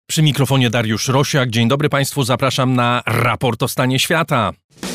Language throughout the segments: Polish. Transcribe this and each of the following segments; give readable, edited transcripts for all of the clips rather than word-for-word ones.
Przy mikrofonie Dariusz Rosiak. Dzień dobry Państwu, zapraszam na raport o stanie świata.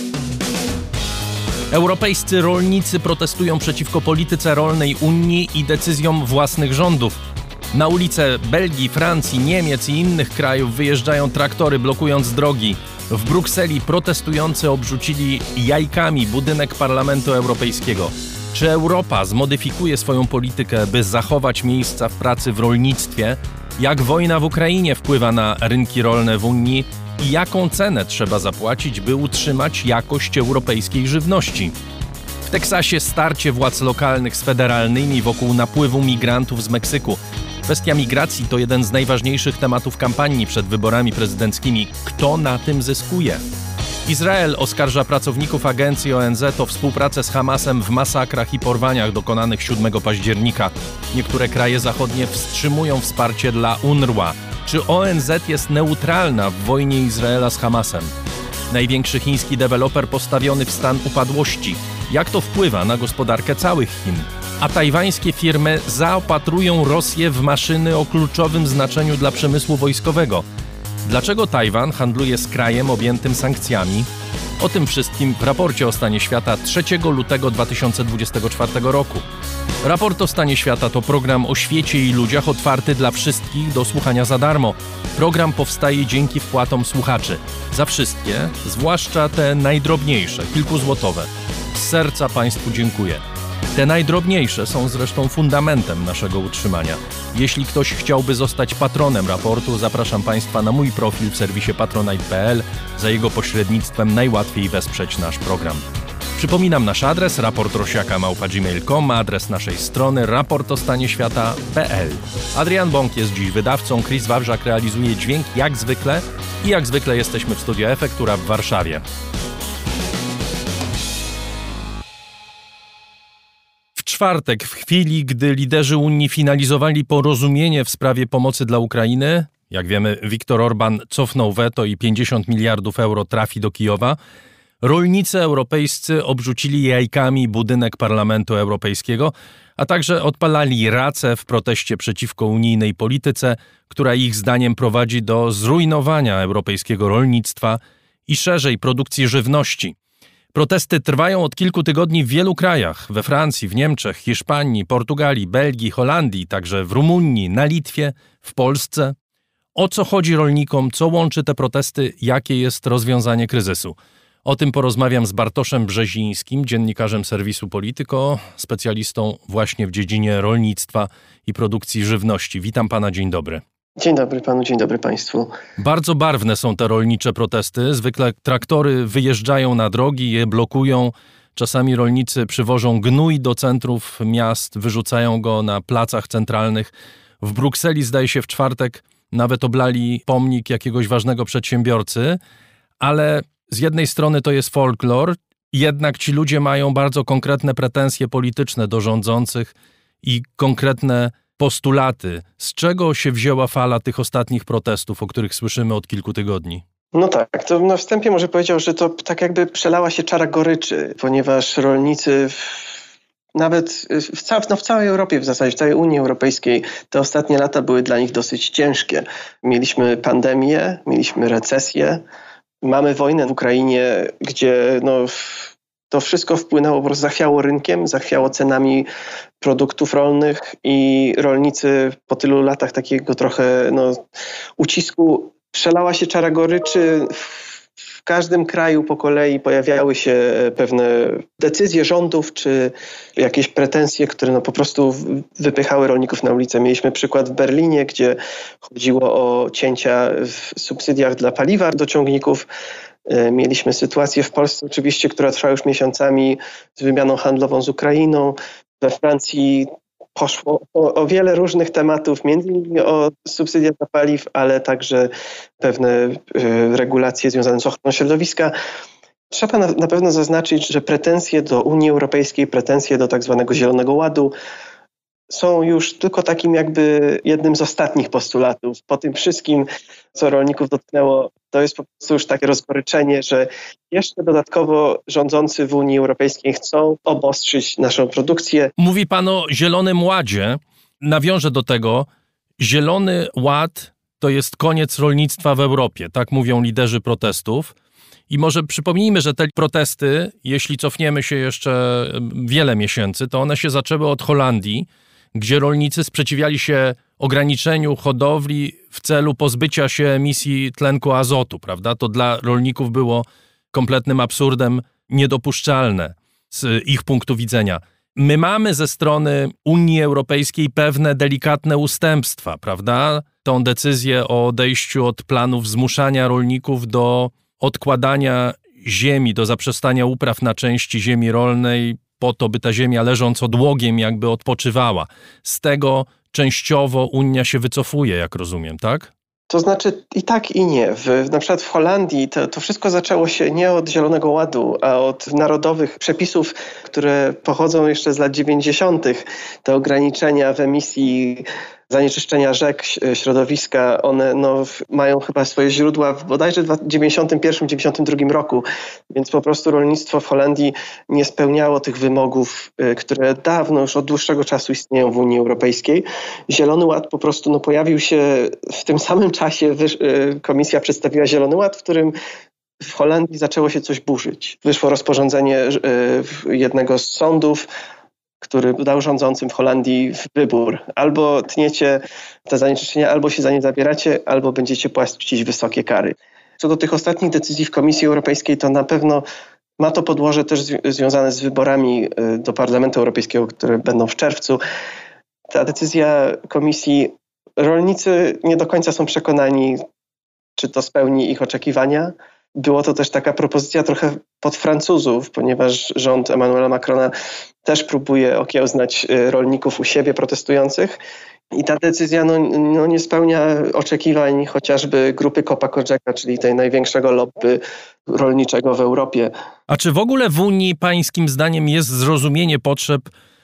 Europejscy rolnicy protestują przeciwko polityce rolnej Unii i decyzjom własnych rządów. Na ulice Belgii, Francji, Niemiec i innych krajów wyjeżdżają traktory, blokując drogi. W Brukseli protestujący obrzucili jajkami budynek Parlamentu Europejskiego. Czy Europa zmodyfikuje swoją politykę, by zachować miejsca w pracy w rolnictwie? Jak wojna w Ukrainie wpływa na rynki rolne w Unii i jaką cenę trzeba zapłacić, by utrzymać jakość europejskiej żywności? W Teksasie starcie władz lokalnych z federalnymi wokół napływu migrantów z Meksyku. Kwestia migracji to jeden z najważniejszych tematów kampanii przed wyborami prezydenckimi. Kto na tym zyskuje? Izrael oskarża pracowników agencji ONZ o współpracę z Hamasem w masakrach i porwaniach dokonanych 7 października. Niektóre kraje zachodnie wstrzymują wsparcie dla UNRWA. Czy ONZ jest neutralna w wojnie Izraela z Hamasem? Największy chiński deweloper postawiony w stan upadłości. Jak to wpływa na gospodarkę całych Chin? A tajwańskie firmy zaopatrują Rosję w maszyny o kluczowym znaczeniu dla przemysłu wojskowego. Dlaczego Tajwan handluje z krajem objętym sankcjami? O tym wszystkim w raporcie o stanie świata 3 lutego 2024 roku. Raport o stanie świata to program o świecie i ludziach otwarty dla wszystkich do słuchania za darmo. Program powstaje dzięki wpłatom słuchaczy. Za wszystkie, zwłaszcza te najdrobniejsze, kilkuzłotowe. Z serca Państwu dziękuję. Te najdrobniejsze są zresztą fundamentem naszego utrzymania. Jeśli ktoś chciałby zostać patronem raportu, zapraszam Państwa na mój profil w serwisie patronite.pl. Za jego pośrednictwem najłatwiej wesprzeć nasz program. Przypominam nasz adres raportrosiaka@gmail.com, adres naszej strony raportostanieświata.pl. Adrian Bąk jest dziś wydawcą, Chris Wawrzak realizuje dźwięk jak zwykle i jak zwykle jesteśmy w Studio Efektura w Warszawie. W czwartek, w chwili, gdy liderzy Unii finalizowali porozumienie w sprawie pomocy dla Ukrainy, jak wiemy, Viktor Orban cofnął weto i 50 miliardów euro trafi do Kijowa, rolnicy europejscy obrzucili jajkami budynek Parlamentu Europejskiego, a także odpalali race w proteście przeciwko unijnej polityce, która ich zdaniem prowadzi do zrujnowania europejskiego rolnictwa i szerzej produkcji żywności. Protesty trwają od kilku tygodni w wielu krajach. We Francji, w Niemczech, Hiszpanii, Portugalii, Belgii, Holandii, także w Rumunii, na Litwie, w Polsce. O co chodzi rolnikom, co łączy te protesty, jakie jest rozwiązanie kryzysu? O tym porozmawiam z Bartoszem Brzezińskim, dziennikarzem serwisu Polityko, specjalistą właśnie w dziedzinie rolnictwa i produkcji żywności. Witam pana, dzień dobry. Dzień dobry panu, dzień dobry państwu. Bardzo barwne są te rolnicze protesty. Zwykle traktory wyjeżdżają na drogi, je blokują. Czasami rolnicy przywożą gnój do centrów miast, wyrzucają go na placach centralnych. W Brukseli, zdaje się, w czwartek nawet oblali pomnik jakiegoś ważnego przedsiębiorcy, ale z jednej strony to jest folklor, jednak ci ludzie mają bardzo konkretne pretensje polityczne do rządzących i konkretne postulaty. Z czego się wzięła fala tych ostatnich protestów, o których słyszymy od kilku tygodni? No tak, to na wstępie może powiedział, że to tak jakby przelała się czara goryczy, ponieważ rolnicy nawet w całej Europie, w zasadzie w całej Unii Europejskiej, te ostatnie lata były dla nich dosyć ciężkie. Mieliśmy pandemię, mieliśmy recesję, mamy wojnę w Ukrainie, gdzie to wszystko wpłynęło, po prostu zachwiało rynkiem, zachwiało cenami produktów rolnych i rolnicy po tylu latach takiego trochę ucisku przelała się czara goryczy. W każdym kraju po kolei pojawiały się pewne decyzje rządów czy jakieś pretensje, które po prostu wypychały rolników na ulicę. Mieliśmy przykład w Berlinie, gdzie chodziło o cięcia w subsydiach dla paliwa do ciągników. Mieliśmy sytuację w Polsce oczywiście, która trwa już miesiącami z wymianą handlową z Ukrainą. We Francji poszło o wiele różnych tematów, między innymi o subsydiach dla paliw, ale także pewne regulacje związane z ochroną środowiska. Trzeba na pewno zaznaczyć, że pretensje do Unii Europejskiej, pretensje do tak zwanego Zielonego Ładu są już tylko takim jakby jednym z ostatnich postulatów. Po tym wszystkim, co rolników dotknęło, to jest po prostu już takie rozgoryczenie, że jeszcze dodatkowo rządzący w Unii Europejskiej chcą obostrzyć naszą produkcję. Mówi pan o Zielonym Ładzie. Nawiążę do tego. Zielony Ład to jest koniec rolnictwa w Europie, tak mówią liderzy protestów. I może przypomnijmy, że te protesty, jeśli cofniemy się jeszcze wiele miesięcy, to one się zaczęły od Holandii, gdzie rolnicy sprzeciwiali się ograniczeniu hodowli w celu pozbycia się emisji tlenku azotu, prawda? To dla rolników było kompletnym absurdem, niedopuszczalne z ich punktu widzenia. My mamy ze strony Unii Europejskiej pewne delikatne ustępstwa, prawda? Tą decyzję o odejściu od planów zmuszania rolników do odkładania ziemi, do zaprzestania upraw na części ziemi rolnej po to, by ta ziemia leżąc odłogiem jakby odpoczywała. Z tego częściowo Unia się wycofuje, jak rozumiem, tak? To znaczy i tak i nie. Na przykład w Holandii to wszystko zaczęło się nie od Zielonego Ładu, a od narodowych przepisów, które pochodzą jeszcze z lat 90. Te ograniczenia w emisji zanieczyszczenia rzek, środowiska, one mają chyba swoje źródła bodajże w 91-92 roku, więc po prostu rolnictwo w Holandii nie spełniało tych wymogów, które dawno, już od dłuższego czasu istnieją w Unii Europejskiej. Zielony Ład po prostu pojawił się w tym samym czasie, Komisja przedstawiła Zielony Ład, w którym w Holandii zaczęło się coś burzyć. Wyszło rozporządzenie jednego z sądów, który dał rządzącym w Holandii wybór. Albo tniecie te zanieczyszczenia, albo się za nie zabieracie, albo będziecie płacić wysokie kary. Co do tych ostatnich decyzji w Komisji Europejskiej, to na pewno ma to podłoże też związane z wyborami do Parlamentu Europejskiego, które będą w czerwcu. Ta decyzja Komisji, rolnicy nie do końca są przekonani, czy to spełni ich oczekiwania. Było to też taka propozycja trochę pod Francuzów, ponieważ rząd Emmanuela Macrona też próbuje okiełznać rolników u siebie protestujących. I ta decyzja nie spełnia oczekiwań chociażby grupy Copa-Cogeca, czyli tej największego lobby rolniczego w Europie. A czy w ogóle w Unii pańskim zdaniem jest zrozumienie potrzeb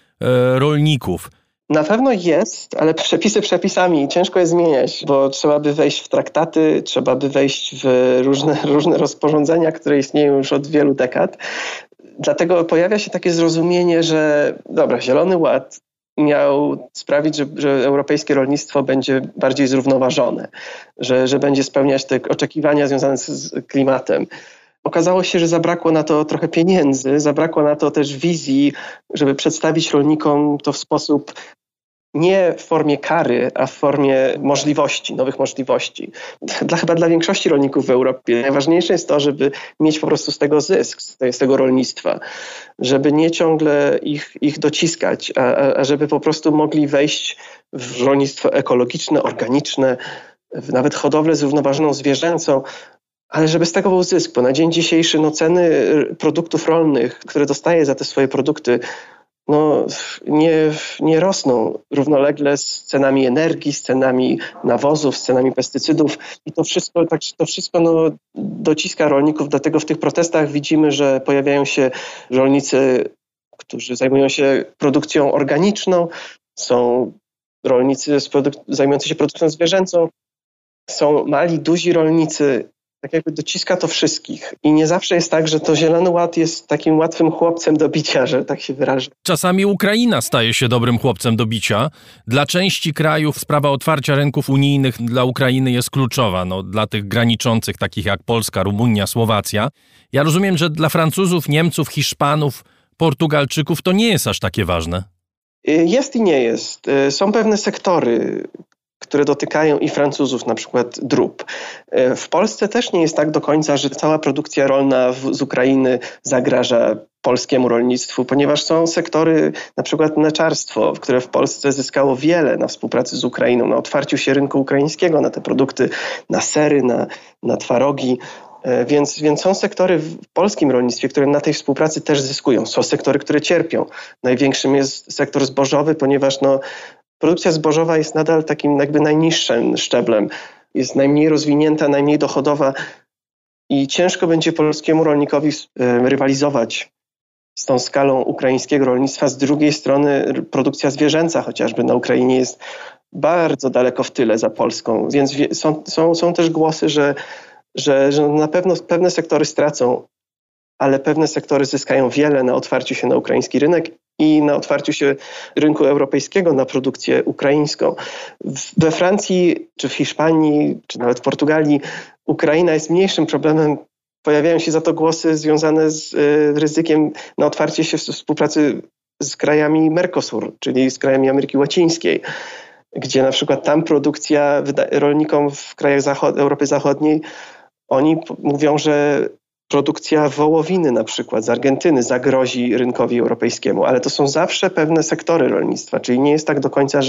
rolników? Na pewno jest, ale przepisy przepisami. Ciężko je zmieniać, bo trzeba by wejść w traktaty, trzeba by wejść w różne rozporządzenia, które istnieją już od wielu dekad. Dlatego pojawia się takie zrozumienie, że Zielony Ład miał sprawić, że europejskie rolnictwo będzie bardziej zrównoważone, że będzie spełniać te oczekiwania związane z klimatem. Okazało się, że zabrakło na to trochę pieniędzy, zabrakło na to też wizji, żeby przedstawić rolnikom to w sposób nie w formie kary, a w formie możliwości, nowych możliwości. Chyba dla większości rolników w Europie najważniejsze jest to, żeby mieć po prostu z tego zysk, z tego rolnictwa, żeby nie ciągle ich dociskać, a żeby po prostu mogli wejść w rolnictwo ekologiczne, organiczne, nawet hodowlę zrównoważoną zwierzęcą, ale żeby z tego był zysk, bo na dzień dzisiejszy ceny produktów rolnych, które dostaje za te swoje produkty, nie rosną równolegle z cenami energii, z cenami nawozów, z cenami pestycydów i to wszystko dociska rolników. Dlatego w tych protestach widzimy, że pojawiają się rolnicy, którzy zajmują się produkcją organiczną, są rolnicy zajmujący się produkcją zwierzęcą, są mali, duzi rolnicy. Tak jakby dociska to wszystkich. I nie zawsze jest tak, że to Zielony Ład jest takim łatwym chłopcem do bicia, że tak się wyrażę. Czasami Ukraina staje się dobrym chłopcem do bicia. Dla części krajów sprawa otwarcia rynków unijnych dla Ukrainy jest kluczowa. Dla tych graniczących, takich jak Polska, Rumunia, Słowacja. Ja rozumiem, że dla Francuzów, Niemców, Hiszpanów, Portugalczyków to nie jest aż takie ważne. Jest i nie jest. Są pewne sektory, które dotykają i Francuzów, na przykład drób. W Polsce też nie jest tak do końca, że cała produkcja rolna z Ukrainy zagraża polskiemu rolnictwu, ponieważ są sektory, na przykład mleczarstwo, które w Polsce zyskało wiele na współpracy z Ukrainą, na otwarciu się rynku ukraińskiego, na te produkty, na sery, na twarogi. Więc są sektory w polskim rolnictwie, które na tej współpracy też zyskują. Są sektory, które cierpią. Największym jest sektor zbożowy, ponieważ produkcja zbożowa jest nadal takim jakby najniższym szczeblem. Jest najmniej rozwinięta, najmniej dochodowa i ciężko będzie polskiemu rolnikowi rywalizować z tą skalą ukraińskiego rolnictwa. Z drugiej strony produkcja zwierzęca chociażby na Ukrainie jest bardzo daleko w tyle za Polską, więc są też głosy, że na pewno pewne sektory stracą, ale pewne sektory zyskają wiele na otwarciu się na ukraiński rynek i na otwarciu się rynku europejskiego na produkcję ukraińską. We Francji, czy w Hiszpanii, czy nawet w Portugalii Ukraina jest mniejszym problemem. Pojawiają się za to głosy związane z ryzykiem na otwarcie się współpracy z krajami Mercosur, czyli z krajami Ameryki Łacińskiej, gdzie na przykład tam produkcja rolnikom w krajach Europy Zachodniej, oni mówią, że produkcja wołowiny na przykład z Argentyny zagrozi rynkowi europejskiemu, ale to są zawsze pewne sektory rolnictwa, czyli nie jest tak do końca,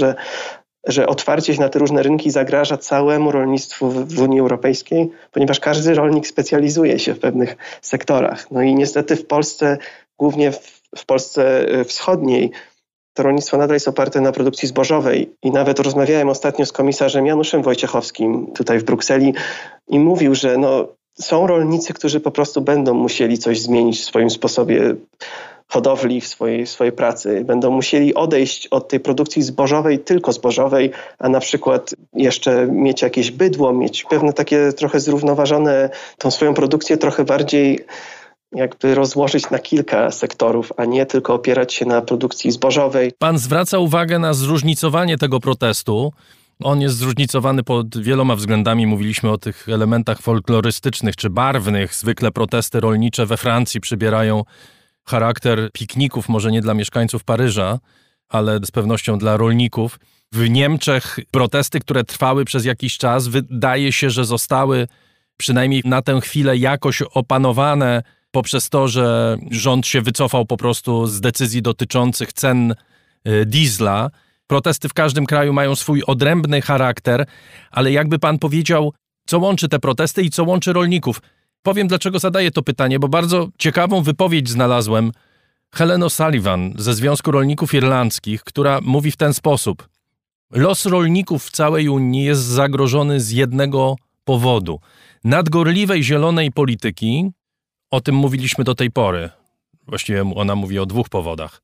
że otwarcie się na te różne rynki zagraża całemu rolnictwu w Unii Europejskiej, ponieważ każdy rolnik specjalizuje się w pewnych sektorach. No i niestety w Polsce, głównie w Polsce wschodniej, to rolnictwo nadal jest oparte na produkcji zbożowej i nawet rozmawiałem ostatnio z komisarzem Januszem Wojciechowskim tutaj w Brukseli i mówił, że są rolnicy, którzy po prostu będą musieli coś zmienić w swoim sposobie hodowli, w swojej pracy. Będą musieli odejść od tej produkcji zbożowej, tylko zbożowej, a na przykład jeszcze mieć jakieś bydło, mieć pewne takie trochę zrównoważone, tą swoją produkcję trochę bardziej jakby rozłożyć na kilka sektorów, a nie tylko opierać się na produkcji zbożowej. Pan zwraca uwagę na zróżnicowanie tego protestu. On jest zróżnicowany pod wieloma względami. Mówiliśmy o tych elementach folklorystycznych czy barwnych. Zwykle protesty rolnicze we Francji przybierają charakter pikników, może nie dla mieszkańców Paryża, ale z pewnością dla rolników. W Niemczech protesty, które trwały przez jakiś czas, wydaje się, że zostały przynajmniej na tę chwilę jakoś opanowane poprzez to, że rząd się wycofał po prostu z decyzji dotyczących cen diesla. Protesty w każdym kraju mają swój odrębny charakter, ale jakby pan powiedział, co łączy te protesty i co łączy rolników? Powiem, dlaczego zadaję to pytanie, bo bardzo ciekawą wypowiedź znalazłem Helen O'Sullivan ze Związku Rolników Irlandzkich, która mówi w ten sposób. Los rolników w całej Unii jest zagrożony z jednego powodu. Nadgorliwej zielonej polityki, o tym mówiliśmy do tej pory, właściwie ona mówi o dwóch powodach,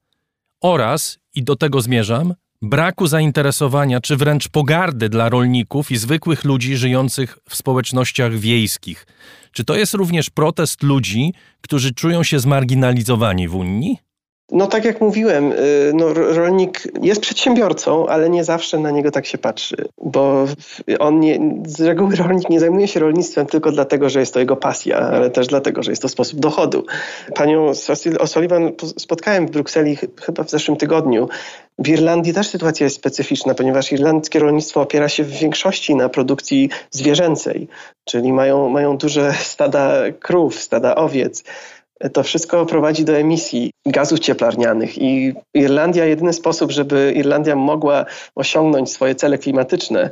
oraz, i do tego zmierzam, braku zainteresowania czy wręcz pogardy dla rolników i zwykłych ludzi żyjących w społecznościach wiejskich. Czy to jest również protest ludzi, którzy czują się zmarginalizowani w Unii? No tak jak mówiłem, rolnik jest przedsiębiorcą, ale nie zawsze na niego tak się patrzy, bo z reguły rolnik nie zajmuje się rolnictwem tylko dlatego, że jest to jego pasja, ale też dlatego, że jest to sposób dochodu. Panią O'Sullivan spotkałem w Brukseli chyba w zeszłym tygodniu. W Irlandii też sytuacja jest specyficzna, ponieważ irlandzkie rolnictwo opiera się w większości na produkcji zwierzęcej, czyli mają duże stada krów, stada owiec. To wszystko prowadzi do emisji gazów cieplarnianych i Irlandia, jedyny sposób, żeby Irlandia mogła osiągnąć swoje cele klimatyczne,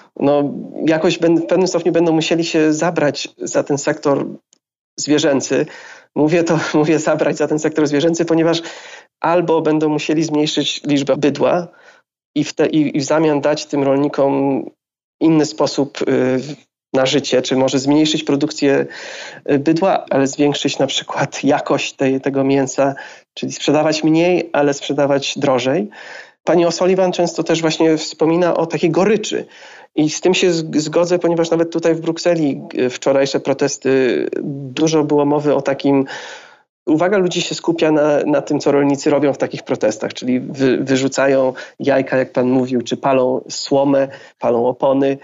jakoś w pewnym stopniu będą musieli się zabrać za ten sektor zwierzęcy. Mówię zabrać za ten sektor zwierzęcy, ponieważ albo będą musieli zmniejszyć liczbę bydła i w zamian dać tym rolnikom inny sposób na życie, czy może zmniejszyć produkcję bydła, ale zwiększyć na przykład jakość tego mięsa, czyli sprzedawać mniej, ale sprzedawać drożej. Pani O'Sullivan często też właśnie wspomina o takiej goryczy i z tym się zgodzę, ponieważ nawet tutaj w Brukseli wczorajsze protesty, dużo było mowy o takim. Uwaga ludzi się skupia na tym, co rolnicy robią w takich protestach, czyli wyrzucają jajka, jak pan mówił, czy palą słomę, palą opony.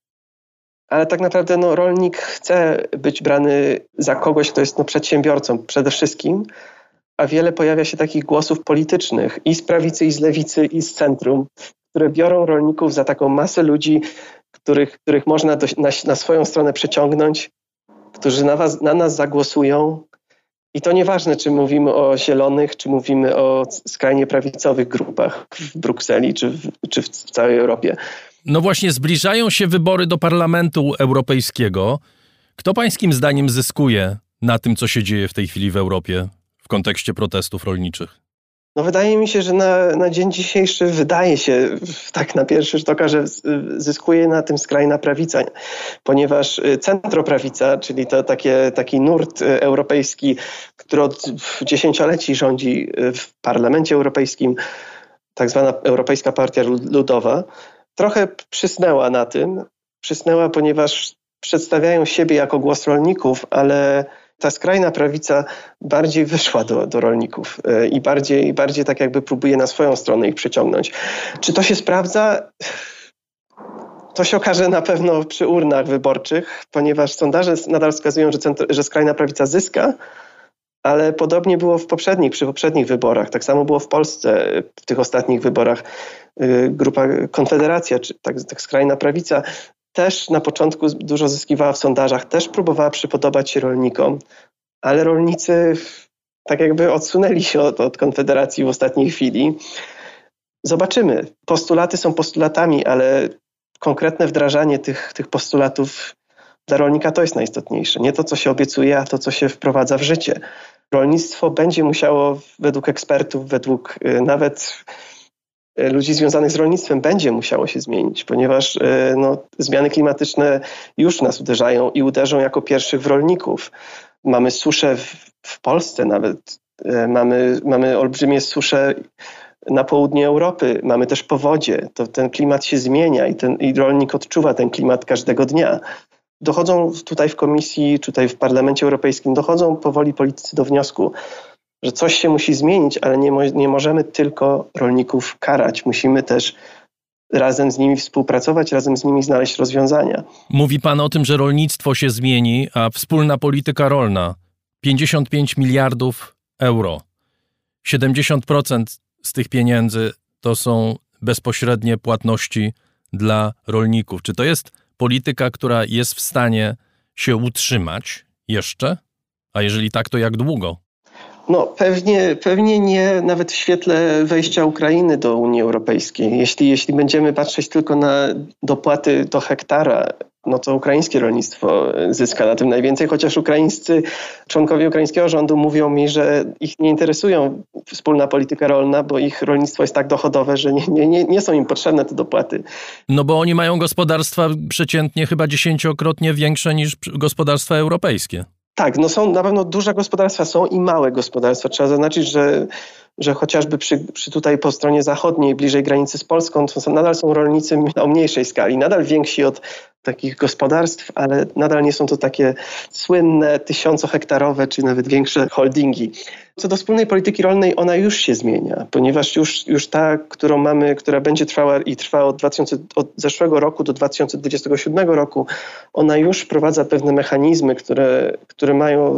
Ale tak naprawdę rolnik chce być brany za kogoś, kto jest przedsiębiorcą przede wszystkim, a wiele pojawia się takich głosów politycznych i z prawicy, i z lewicy, i z centrum, które biorą rolników za taką masę ludzi, których można na swoją stronę przeciągnąć, którzy na nas zagłosują. I to nieważne, czy mówimy o zielonych, czy mówimy o skrajnie prawicowych grupach w Brukseli, czy w całej Europie. No właśnie, zbliżają się wybory do Parlamentu Europejskiego. Kto pańskim zdaniem zyskuje na tym, co się dzieje w tej chwili w Europie w kontekście protestów rolniczych? Wydaje mi się, że na dzień dzisiejszy wydaje się tak na pierwszy rzut oka, że zyskuje na tym skrajna prawica, ponieważ centroprawica, czyli to taki nurt europejski, który od dziesięcioleci rządzi w Parlamencie Europejskim, tak zwana Europejska Partia Ludowa, trochę przysnęła na tym. Przysnęła, ponieważ przedstawiają siebie jako głos rolników, ale Ta skrajna prawica bardziej wyszła do rolników i bardziej tak jakby próbuje na swoją stronę ich przyciągnąć. Czy to się sprawdza? To się okaże na pewno przy urnach wyborczych, ponieważ sondaże nadal wskazują, że skrajna prawica zyska, ale podobnie było przy poprzednich wyborach. Tak samo było w Polsce w tych ostatnich wyborach. Grupa Konfederacja, czy tak skrajna prawica, też na początku dużo zyskiwała w sondażach, też próbowała przypodobać się rolnikom, ale rolnicy tak jakby odsunęli się od Konfederacji w ostatniej chwili. Zobaczymy. Postulaty są postulatami, ale konkretne wdrażanie tych postulatów dla rolnika to jest najistotniejsze. Nie to, co się obiecuje, a to, co się wprowadza w życie. Rolnictwo będzie musiało według ekspertów, według nawet ludzi związanych z rolnictwem będzie musiało się zmienić, ponieważ zmiany klimatyczne już nas uderzają i uderzą jako pierwszych w rolników. Mamy suszę w Polsce nawet, mamy olbrzymie susze na południu Europy, mamy też powodzie. Ten klimat się zmienia i rolnik odczuwa ten klimat każdego dnia. Dochodzą tutaj w Komisji, tutaj w Parlamencie Europejskim, dochodzą powoli politycy do wniosku, że coś się musi zmienić, ale nie możemy tylko rolników karać. Musimy też razem z nimi współpracować, razem z nimi znaleźć rozwiązania. Mówi pan o tym, że rolnictwo się zmieni, a wspólna polityka rolna 55 miliardów euro. 70% z tych pieniędzy to są bezpośrednie płatności dla rolników. Czy to jest polityka, która jest w stanie się utrzymać jeszcze? A jeżeli tak, to jak długo? Pewnie nie nawet w świetle wejścia Ukrainy do Unii Europejskiej. Jeśli będziemy patrzeć tylko na dopłaty do hektara, to ukraińskie rolnictwo zyska na tym najwięcej, chociaż członkowie ukraińskiego rządu mówią mi, że ich nie interesują wspólna polityka rolna, bo ich rolnictwo jest tak dochodowe, że nie są im potrzebne te dopłaty. Bo oni mają gospodarstwa przeciętnie chyba 10-krotnie większe niż gospodarstwa europejskie. Tak, są na pewno duże gospodarstwa, są i małe gospodarstwa. Trzeba zaznaczyć, że chociażby przy tutaj po stronie zachodniej, bliżej granicy z Polską, nadal są rolnicy o mniejszej skali, nadal więksi od takich gospodarstw, ale nadal nie są to takie słynne 1000-hektarowe czy nawet większe holdingi. Co do wspólnej polityki rolnej, ona już się zmienia, ponieważ już ta, którą mamy, która będzie trwała i trwa od zeszłego roku do 2027 roku, ona już wprowadza pewne mechanizmy, które mają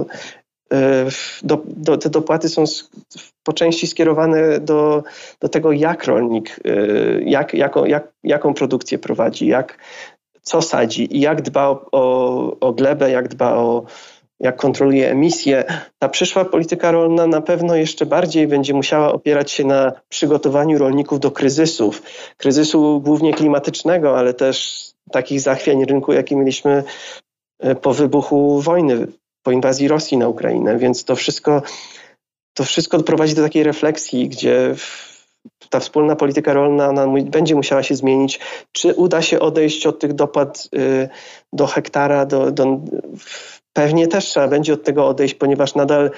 te dopłaty są po części skierowane do tego, jak rolnik, jaką produkcję prowadzi, co sadzi i jak dba o glebę, jak kontroluje emisje. Ta przyszła polityka rolna na pewno jeszcze bardziej będzie musiała opierać się na przygotowaniu rolników do kryzysu głównie klimatycznego, ale też takich zachwiań rynku, jakie mieliśmy po wybuchu wojny, po inwazji Rosji na Ukrainę, więc to wszystko doprowadzi do takiej refleksji, gdzie ta wspólna polityka rolna ona będzie musiała się zmienić. Czy uda się odejść od tych dopłat do hektara? Pewnie też trzeba będzie od tego odejść, ponieważ nadal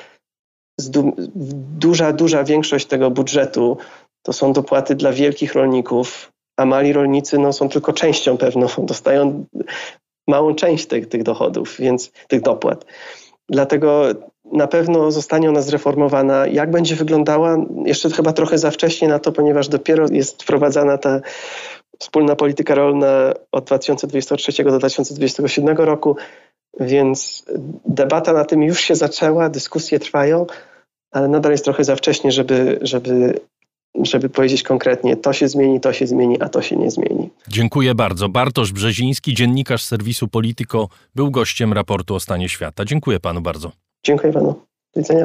duża większość tego budżetu to są dopłaty dla wielkich rolników, a mali rolnicy są tylko częścią pewną, dostają małą część tych dochodów, więc tych dopłat. Dlatego na pewno zostanie ona zreformowana. Jak będzie wyglądała? Jeszcze chyba trochę za wcześnie na to, ponieważ dopiero jest wprowadzana ta wspólna polityka rolna od 2023 do 2027 roku, więc debata na tym już się zaczęła, dyskusje trwają, ale nadal jest trochę za wcześnie, żeby powiedzieć konkretnie, to się zmieni, a to się nie zmieni. Dziękuję bardzo. Bartosz Brzeziński, dziennikarz serwisu Politico, był gościem raportu o stanie świata. Dziękuję panu bardzo. Dziękuję panu. Do widzenia.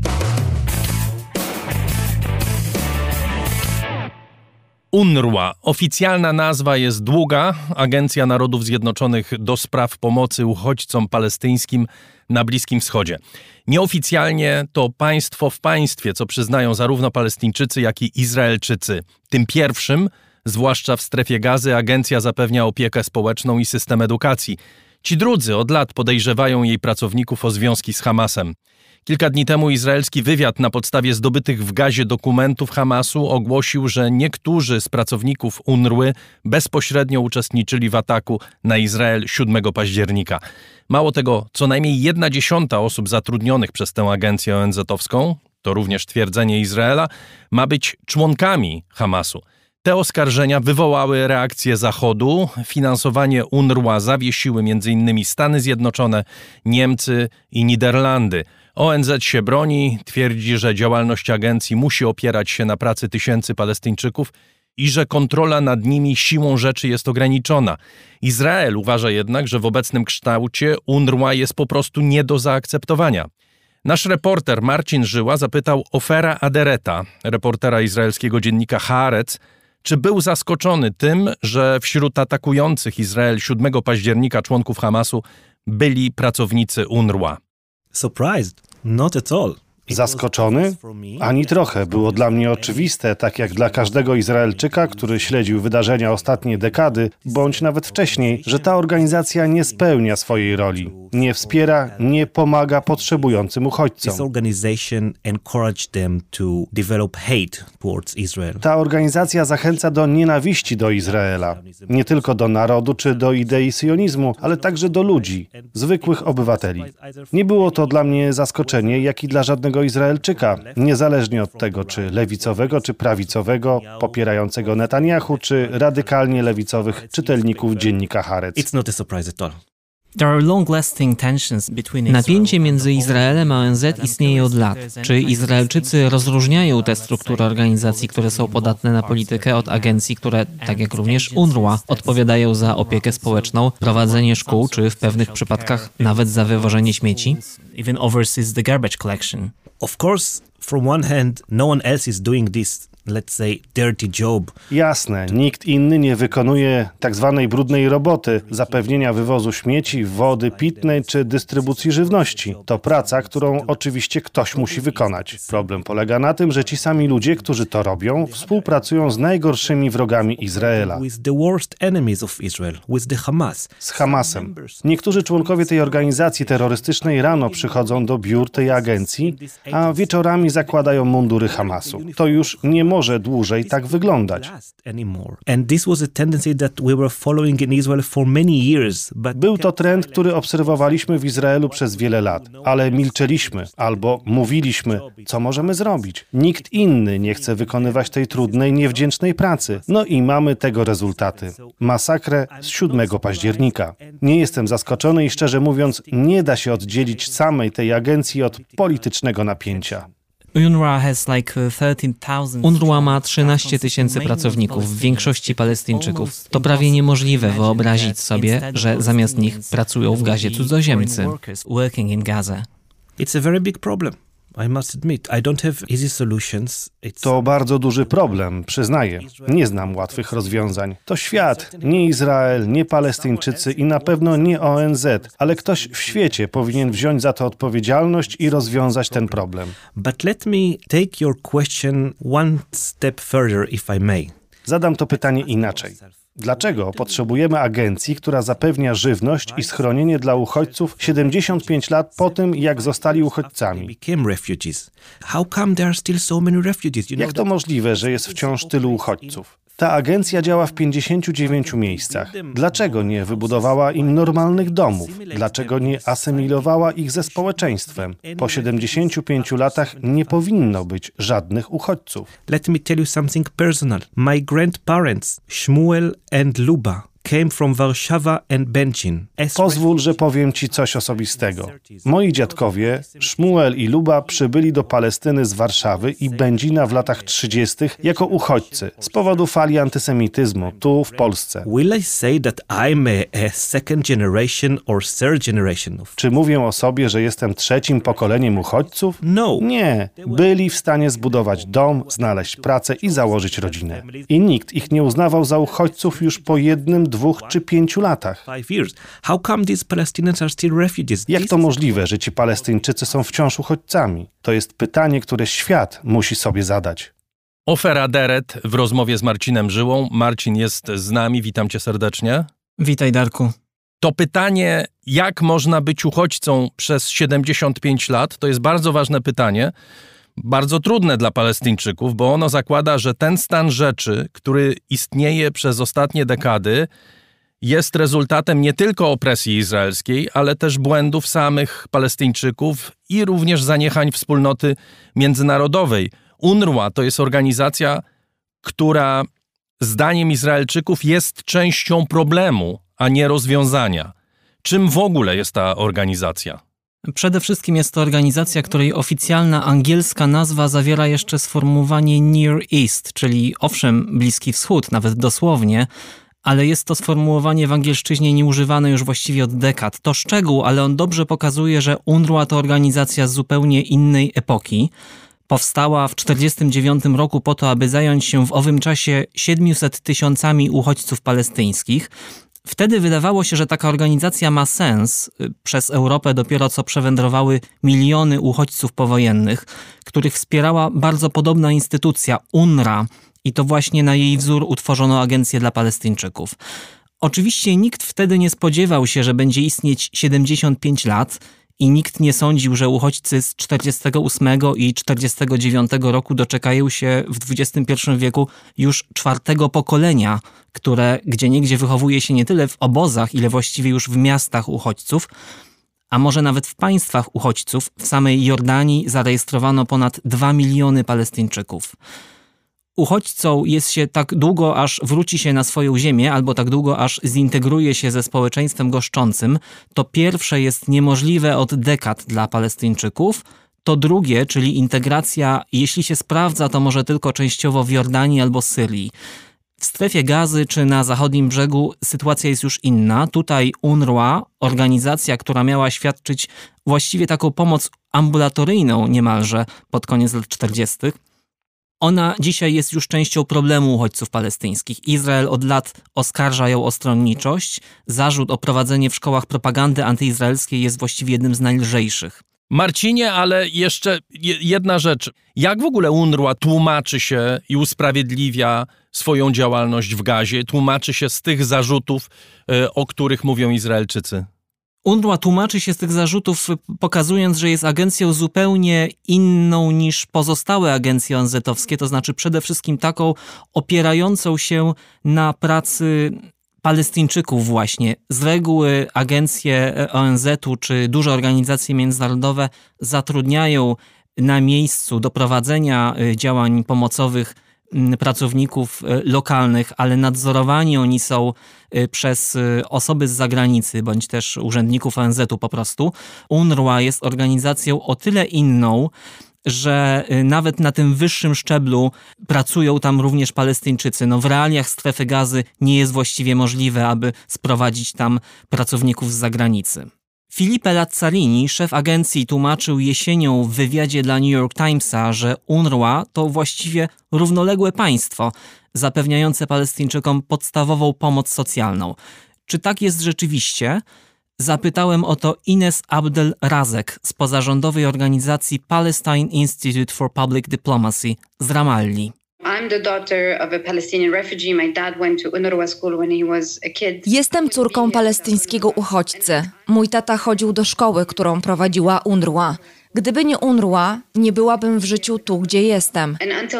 UNRWA. Oficjalna nazwa jest długa. Agencja Narodów Zjednoczonych do spraw pomocy uchodźcom palestyńskim na Bliskim Wschodzie. Nieoficjalnie to państwo w państwie, co przyznają zarówno Palestyńczycy, jak i Izraelczycy. Tym pierwszym, zwłaszcza w strefie Gazy, agencja zapewnia opiekę społeczną i system edukacji. Ci drudzy od lat podejrzewają jej pracowników o związki z Hamasem. Kilka dni temu izraelski wywiad na podstawie zdobytych w Gazie dokumentów Hamasu ogłosił, że niektórzy z pracowników UNRWY bezpośrednio uczestniczyli w ataku na Izrael 7 października. Mało tego, co najmniej 1/10 osób zatrudnionych przez tę agencję ONZ-owską, to również twierdzenie Izraela, ma być członkami Hamasu. Te oskarżenia wywołały reakcję Zachodu. Finansowanie UNRWA zawiesiły m.in. Stany Zjednoczone, Niemcy i Niderlandy. ONZ się broni, twierdzi, że działalność agencji musi opierać się na pracy tysięcy Palestyńczyków i że kontrola nad nimi siłą rzeczy jest ograniczona. Izrael uważa jednak, że w obecnym kształcie UNRWA jest po prostu nie do zaakceptowania. Nasz reporter Marcin Żyła zapytał Ofera Adereta, reportera izraelskiego dziennika Haaretz, czy był zaskoczony tym, że wśród atakujących Izrael 7 października członków Hamasu byli pracownicy UNRWA. Surprised? Not at all. Zaskoczony? Ani trochę. Było dla mnie oczywiste, tak jak dla każdego Izraelczyka, który śledził wydarzenia ostatniej dekady, bądź nawet wcześniej, że ta organizacja nie spełnia swojej roli. Nie wspiera, nie pomaga potrzebującym uchodźcom. Ta organizacja zachęca do nienawiści do Izraela. Nie tylko do narodu czy do idei sionizmu, ale także do ludzi, zwykłych obywateli. Nie było to dla mnie zaskoczenie, jak i dla żadnego Izraelczyka, niezależnie od tego, czy lewicowego, czy prawicowego, popierającego Netanyahu, czy radykalnie lewicowych czytelników dziennika Haaretz. Napięcie między Izraelem a ONZ istnieje od lat. Czy Izraelczycy rozróżniają te struktury organizacji, które są podatne na politykę, od agencji, które, tak jak również UNRWA, odpowiadają za opiekę społeczną, prowadzenie szkół, czy w pewnych przypadkach nawet za wywożenie śmieci? Of course, from one hand, no one else is doing this, let's say, dirty job. Jasne, nikt inny nie wykonuje tak zwanej brudnej roboty, zapewnienia wywozu śmieci, wody pitnej czy dystrybucji żywności. To praca, którą oczywiście ktoś musi wykonać. Problem polega na tym, że ci sami ludzie, którzy to robią, współpracują z najgorszymi wrogami Izraela. Z Hamasem. Niektórzy członkowie tej organizacji terrorystycznej rano przychodzą do biur tej agencji, a wieczorami zakładają mundury Hamasu. To już nie może dłużej tak wyglądać. Był to trend, który obserwowaliśmy w Izraelu przez wiele lat, ale milczeliśmy albo mówiliśmy, co możemy zrobić. Nikt inny nie chce wykonywać tej trudnej, niewdzięcznej pracy. No i mamy tego rezultaty. Masakrę z 7 października. Nie jestem zaskoczony i szczerze mówiąc, nie da się oddzielić samej tej agencji od politycznego napięcia. UNRWA ma 13 000 pracowników, w większości Palestyńczyków. To prawie niemożliwe wyobrazić sobie, że zamiast nich pracują w Gazie cudzoziemcy. It's a very big problem. I must admit, I don't have easy solutions. To bardzo duży problem, przyznaję. Nie znam łatwych rozwiązań. To świat, nie Izrael, nie Palestyńczycy i na pewno nie ONZ, ale ktoś w świecie powinien wziąć za to odpowiedzialność i rozwiązać ten problem. But let me take your question one step further, if I may. Zadam to pytanie inaczej. Dlaczego potrzebujemy agencji, która zapewnia żywność i schronienie dla uchodźców 75 lat po tym, jak zostali uchodźcami? Jak to możliwe, że jest wciąż tylu uchodźców? Ta agencja działa w 59 miejscach. Dlaczego nie wybudowała im normalnych domów? Dlaczego nie asymilowała ich ze społeczeństwem? Po 75 latach nie powinno być żadnych uchodźców. Let me tell you something personal. My grandparents, Shmuel and Luba, came from Warszawa and Będzin. Pozwól, że powiem ci coś osobistego. Moi dziadkowie, Szmuel i Luba, przybyli do Palestyny z Warszawy i Będzina w latach 30. jako uchodźcy z powodu fali antysemityzmu tu w Polsce. Will I say that I'm a second generation or third generation of... Czy mówię o sobie, że jestem trzecim pokoleniem uchodźców? No. Nie. Byli w stanie zbudować dom, znaleźć pracę i założyć rodzinę. I nikt ich nie uznawał za uchodźców już po 1, 2 czy 5 latach. Jak to możliwe, że ci Palestyńczycy są wciąż uchodźcami? To jest pytanie, które świat musi sobie zadać. Ofer Aderet w rozmowie z Marcinem Żyłą. Marcin jest z nami, witam cię serdecznie. Witaj, Darku. To pytanie, jak można być uchodźcą przez 75 lat, to jest bardzo ważne pytanie, bardzo trudne dla Palestyńczyków, bo ono zakłada, że ten stan rzeczy, który istnieje przez ostatnie dekady, jest rezultatem nie tylko opresji izraelskiej, ale też błędów samych Palestyńczyków i również zaniechań wspólnoty międzynarodowej. UNRWA to jest organizacja, która zdaniem Izraelczyków jest częścią problemu, a nie rozwiązania. Czym w ogóle jest ta organizacja? Przede wszystkim jest to organizacja, której oficjalna angielska nazwa zawiera jeszcze sformułowanie Near East, czyli owszem Bliski Wschód, nawet dosłownie, ale jest to sformułowanie w angielszczyźnie nieużywane już właściwie od dekad. To szczegół, ale on dobrze pokazuje, że UNRWA to organizacja z zupełnie innej epoki. Powstała w 1949 roku po to, aby zająć się w owym czasie 700 000 uchodźców palestyńskich. Wtedy wydawało się, że taka organizacja ma sens. Przez Europę dopiero co przewędrowały miliony uchodźców powojennych, których wspierała bardzo podobna instytucja, UNRWA, i to właśnie na jej wzór utworzono agencję dla Palestyńczyków. Oczywiście nikt wtedy nie spodziewał się, że będzie istnieć 75 lat i nikt nie sądził, że uchodźcy z 48 i 49 roku doczekają się w XXI wieku już 4. pokolenia, które gdzieniegdzie wychowuje się nie tyle w obozach, ile właściwie już w miastach uchodźców, a może nawet w państwach uchodźców. W samej Jordanii zarejestrowano ponad 2 miliony Palestyńczyków. Uchodźcą jest się tak długo, aż wróci się na swoją ziemię, albo tak długo, aż zintegruje się ze społeczeństwem goszczącym. To pierwsze jest niemożliwe od dekad dla Palestyńczyków. To drugie, czyli integracja, jeśli się sprawdza, to może tylko częściowo w Jordanii albo Syrii. W strefie Gazy czy na zachodnim brzegu sytuacja jest już inna. Tutaj UNRWA, organizacja, która miała świadczyć właściwie taką pomoc ambulatoryjną niemalże pod koniec lat 40., ona dzisiaj jest już częścią problemu uchodźców palestyńskich. Izrael od lat oskarża ją o stronniczość. Zarzut o prowadzenie w szkołach propagandy antyizraelskiej jest właściwie jednym z najlżejszych. Marcinie, ale jeszcze jedna rzecz. Jak w ogóle UNRWA tłumaczy się i usprawiedliwia swoją działalność w Gazie? Tłumaczy się z tych zarzutów, o których mówią Izraelczycy? UNRWA tłumaczy się z tych zarzutów, pokazując, że jest agencją zupełnie inną niż pozostałe agencje ONZ-owskie, to znaczy przede wszystkim taką opierającą się na pracy Palestyńczyków właśnie. Z reguły agencje ONZ-u czy duże organizacje międzynarodowe zatrudniają na miejscu do prowadzenia działań pomocowych pracowników lokalnych, ale nadzorowani oni są przez osoby z zagranicy, bądź też urzędników ONZ-u po prostu. UNRWA jest organizacją o tyle inną, że nawet na tym wyższym szczeblu pracują tam również Palestyńczycy. W realiach strefy Gazy nie jest właściwie możliwe, aby sprowadzić tam pracowników z zagranicy. Filipe Lazzarini, szef agencji, tłumaczył jesienią w wywiadzie dla New York Timesa, że UNRWA to właściwie równoległe państwo, zapewniające Palestyńczykom podstawową pomoc socjalną. Czy tak jest rzeczywiście? Zapytałem o to Ines Abdel Razek z pozarządowej organizacji Palestine Institute for Public Diplomacy z Ramalli. Jestem córką palestyńskiego uchodźcy. Mój tata chodził do szkoły, którą prowadziła UNRWA. Gdyby nie UNRWA, nie byłabym w życiu tu, gdzie jestem.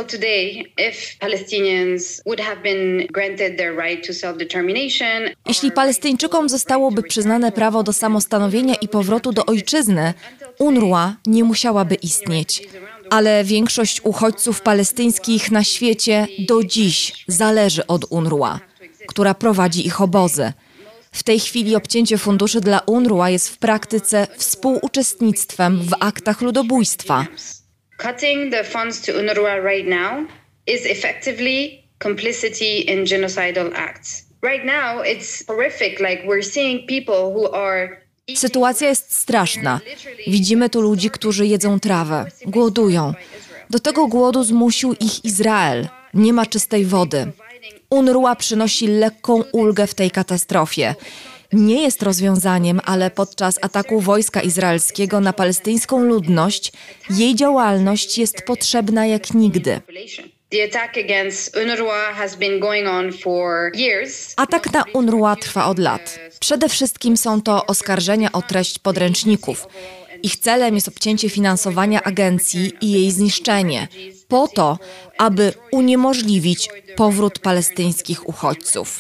Jeśli Palestyńczykom zostałoby przyznane prawo do samostanowienia i powrotu do ojczyzny, UNRWA nie musiałaby istnieć. Ale większość uchodźców palestyńskich na świecie do dziś zależy od UNRWA, która prowadzi ich obozy. W tej chwili obcięcie funduszy dla UNRWA jest w praktyce współuczestnictwem w aktach ludobójstwa. Cutting the funds to UNRWA right now is effectively complicity in genocidal acts. Right now it's horrific, like we're seeing people who are... Sytuacja jest straszna. Widzimy tu ludzi, którzy jedzą trawę, głodują. Do tego głodu zmusił ich Izrael. Nie ma czystej wody. UNRWA przynosi lekką ulgę w tej katastrofie. Nie jest rozwiązaniem, ale podczas ataku wojska izraelskiego na palestyńską ludność jej działalność jest potrzebna jak nigdy. Atak na UNRWA trwa od lat. Przede wszystkim są to oskarżenia o treść podręczników. Ich celem jest obcięcie finansowania agencji i jej zniszczenie, po to, aby uniemożliwić powrót palestyńskich uchodźców.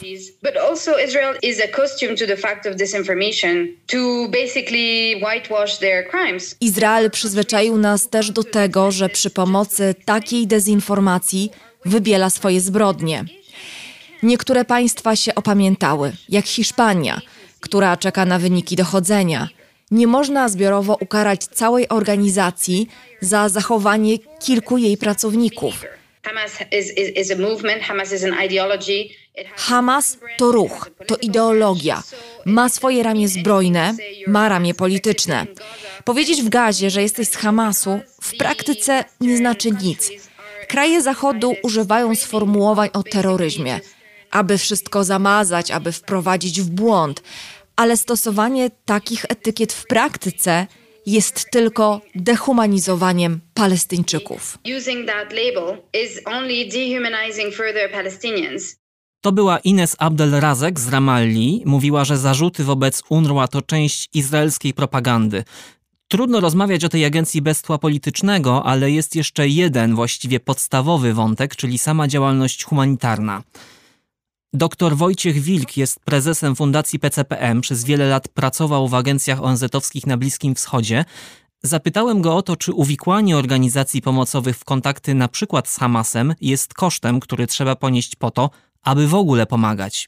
Izrael przyzwyczaił nas też do tego, że przy pomocy takiej dezinformacji wybiela swoje zbrodnie. Niektóre państwa się opamiętały, jak Hiszpania, która czeka na wyniki dochodzenia. Nie można zbiorowo ukarać całej organizacji za zachowanie kilku jej pracowników. Hamas to ruch, to ideologia. Ma swoje ramię zbrojne, ma ramię polityczne. Powiedzieć w Gazie, że jesteś z Hamasu, w praktyce nie znaczy nic. Kraje Zachodu używają sformułowań o terroryzmie, aby wszystko zamazać, aby wprowadzić w błąd. Ale stosowanie takich etykiet w praktyce jest tylko dehumanizowaniem Palestyńczyków. To była Ines Abdel-Razek z Ramalli. Mówiła, że zarzuty wobec UNRWA to część izraelskiej propagandy. Trudno rozmawiać o tej agencji bez tła politycznego, ale jest jeszcze jeden właściwie podstawowy wątek, czyli sama działalność humanitarna. Dr Wojciech Wilk jest prezesem Fundacji PCPM. Przez wiele lat pracował w agencjach ONZ-owskich na Bliskim Wschodzie. Zapytałem go o to, czy uwikłanie organizacji pomocowych w kontakty na przykład z Hamasem jest kosztem, który trzeba ponieść po to, aby w ogóle pomagać.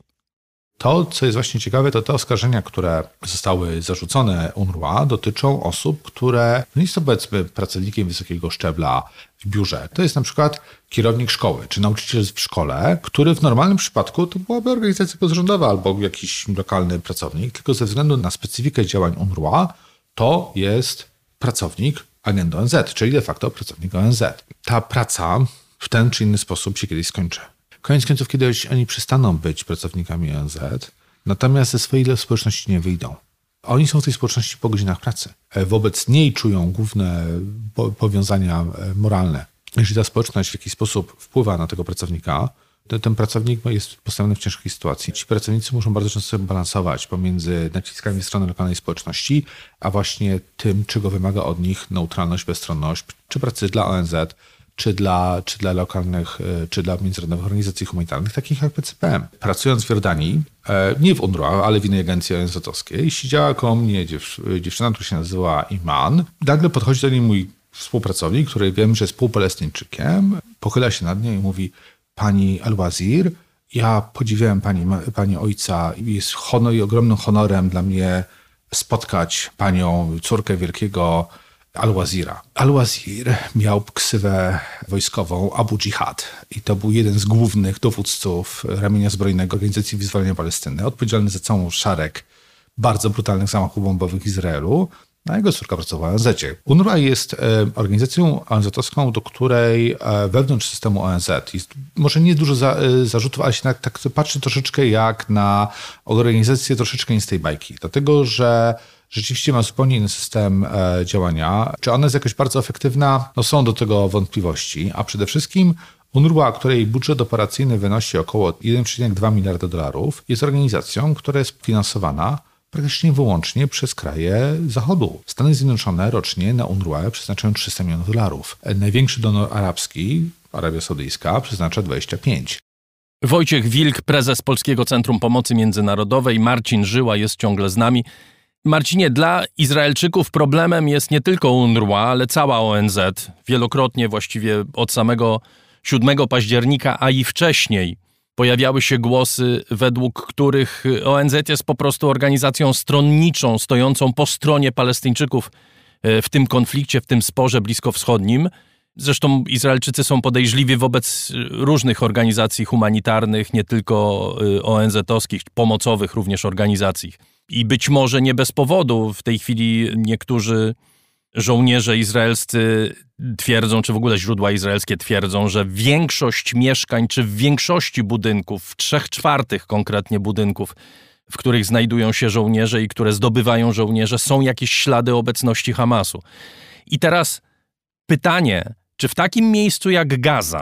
To, co jest właśnie ciekawe, to te oskarżenia, które zostały zarzucone UNRWA, dotyczą osób, które nie są powiedzmy pracownikiem wysokiego szczebla w biurze. To jest na przykład kierownik szkoły, czy nauczyciel w szkole, który w normalnym przypadku to byłaby organizacja pozarządowa albo jakiś lokalny pracownik, tylko ze względu na specyfikę działań UNRWA to jest pracownik agendy ONZ, czyli de facto pracownik ONZ. Ta praca w ten czy inny sposób się kiedyś skończy. Koniec końców kiedyś oni przestaną być pracownikami ONZ, natomiast ze swojej społeczności nie wyjdą. Oni są w tej społeczności po godzinach pracy. Wobec niej czują główne powiązania moralne. Jeżeli ta społeczność w jakiś sposób wpływa na tego pracownika, to ten pracownik jest postawiony w ciężkiej sytuacji. Ci pracownicy muszą bardzo często balansować pomiędzy naciskami strony lokalnej społeczności, a właśnie tym, czego wymaga od nich neutralność, bezstronność, czy pracy dla ONZ, czy dla lokalnych, czy dla międzynarodowych organizacji humanitarnych, takich jak PCPM. Pracując w Jordanii, nie w UNRWA, ale w innej agencji ONZ-owskiej, siedziała koło mnie dziewczyna, która się nazywa Iman. Nagle podchodzi do niej mój współpracownik, który wiem, że jest półpalestyńczykiem, pochyla się nad nią i mówi: pani Al-Wazir, ja podziwiałem pani ojca i jest ogromnym honorem dla mnie spotkać panią, córkę wielkiego Al-Wazira. Al-Wazir miał ksywę wojskową Abu Jihad i to był jeden z głównych dowódców ramienia zbrojnego Organizacji Wyzwolenia Palestyny, odpowiedzialny za całą szereg bardzo brutalnych zamachów bombowych w Izraelu, a jego córka pracowała w ONZ-cie. UNRWA jest organizacją ONZ-owską, do której wewnątrz systemu ONZ jest może nie dużo zarzutów, ale się tak patrzy troszeczkę jak na organizację troszeczkę nie z tej bajki. Dlatego, że rzeczywiście ma zupełnie inny system działania. Czy ona jest jakoś bardzo efektywna? No są do tego wątpliwości, a przede wszystkim UNRWA, której budżet operacyjny wynosi około 1,2 miliarda dolarów, jest organizacją, która jest finansowana praktycznie wyłącznie przez kraje Zachodu. Stany Zjednoczone rocznie na UNRWA przeznaczają 300 milionów dolarów. Największy donor arabski, Arabia Saudyjska, przeznacza 25. Wojciech Wilk, prezes Polskiego Centrum Pomocy Międzynarodowej. Marcin Żyła jest ciągle z nami. Marcinie, dla Izraelczyków problemem jest nie tylko UNRWA, ale cała ONZ. Wielokrotnie, właściwie od samego 7 października, a i wcześniej, pojawiały się głosy, według których ONZ jest po prostu organizacją stronniczą, stojącą po stronie Palestyńczyków w tym konflikcie, w tym sporze bliskowschodnim. Zresztą Izraelczycy są podejrzliwi wobec różnych organizacji humanitarnych, nie tylko ONZ-owskich, pomocowych również organizacji. I być może nie bez powodu w tej chwili niektórzy żołnierze izraelscy twierdzą, czy w ogóle źródła izraelskie twierdzą, że większość mieszkań, czy w większości budynków, w 3/4 konkretnie budynków, w których znajdują się żołnierze i które zdobywają żołnierze, są jakieś ślady obecności Hamasu. I teraz pytanie, czy w takim miejscu jak Gaza,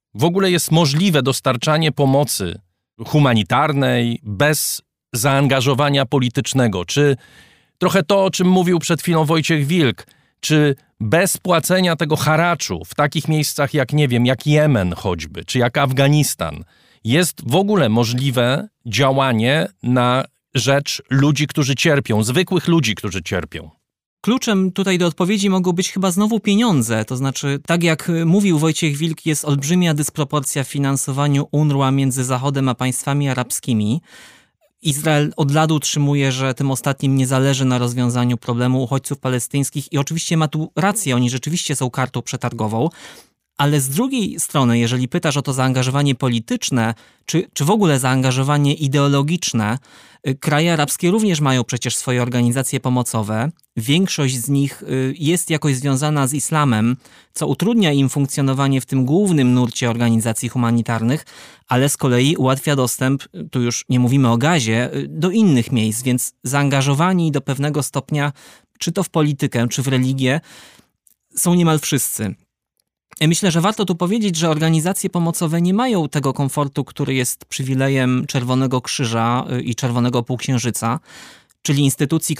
w ogóle jest możliwe dostarczanie pomocy humanitarnej bez zaangażowania politycznego? Czy trochę to, o czym mówił przed chwilą Wojciech Wilk, czy bez płacenia tego haraczu w takich miejscach jak, nie wiem, jak Jemen choćby, czy jak Afganistan, jest w ogóle możliwe działanie na rzecz ludzi, którzy cierpią, zwykłych ludzi, którzy cierpią? Kluczem tutaj do odpowiedzi mogą być chyba znowu pieniądze. To znaczy, tak jak mówił Wojciech Wilk, jest olbrzymia dysproporcja w finansowaniu UNRWA między Zachodem a państwami arabskimi. Izrael od lat utrzymuje, że tym ostatnim nie zależy na rozwiązaniu problemu uchodźców palestyńskich i oczywiście ma tu rację, oni rzeczywiście są kartą przetargową, ale z drugiej strony, jeżeli pytasz o to zaangażowanie polityczne, czy w ogóle zaangażowanie ideologiczne, kraje arabskie również mają przecież swoje organizacje pomocowe. Większość z nich jest jakoś związana z islamem, co utrudnia im funkcjonowanie w tym głównym nurcie organizacji humanitarnych, ale z kolei ułatwia dostęp, tu już nie mówimy o gazie, do innych miejsc, więc zaangażowani do pewnego stopnia, czy to w politykę, czy w religię, są niemal wszyscy. Myślę, że warto tu powiedzieć, że organizacje pomocowe nie mają tego komfortu, który jest przywilejem Czerwonego Krzyża i Czerwonego Półksiężyca, czyli instytucji,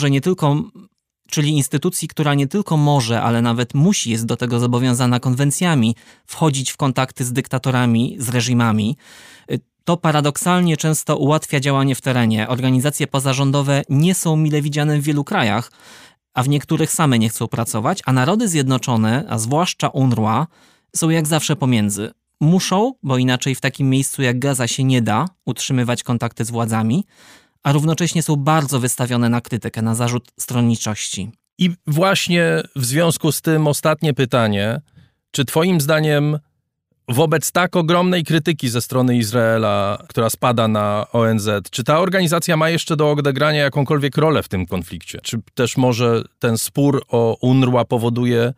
która nie tylko może, ale nawet musi, jest do tego zobowiązana konwencjami, wchodzić w kontakty z dyktatorami, z reżimami. To paradoksalnie często ułatwia działanie w terenie. Organizacje pozarządowe nie są mile widziane w wielu krajach, a w niektórych same nie chcą pracować, a Narody Zjednoczone, a zwłaszcza UNRWA, są jak zawsze pomiędzy. Muszą, bo inaczej w takim miejscu jak Gaza się nie da utrzymywać kontakty z władzami, a równocześnie są bardzo wystawione na krytykę, na zarzut stronniczości. I właśnie w związku z tym ostatnie pytanie, czy twoim zdaniem wobec tak ogromnej krytyki ze strony Izraela, która spada na ONZ, czy ta organizacja ma jeszcze do odegrania jakąkolwiek rolę w tym konflikcie? Czy też może ten spór o UNRWA powoduje,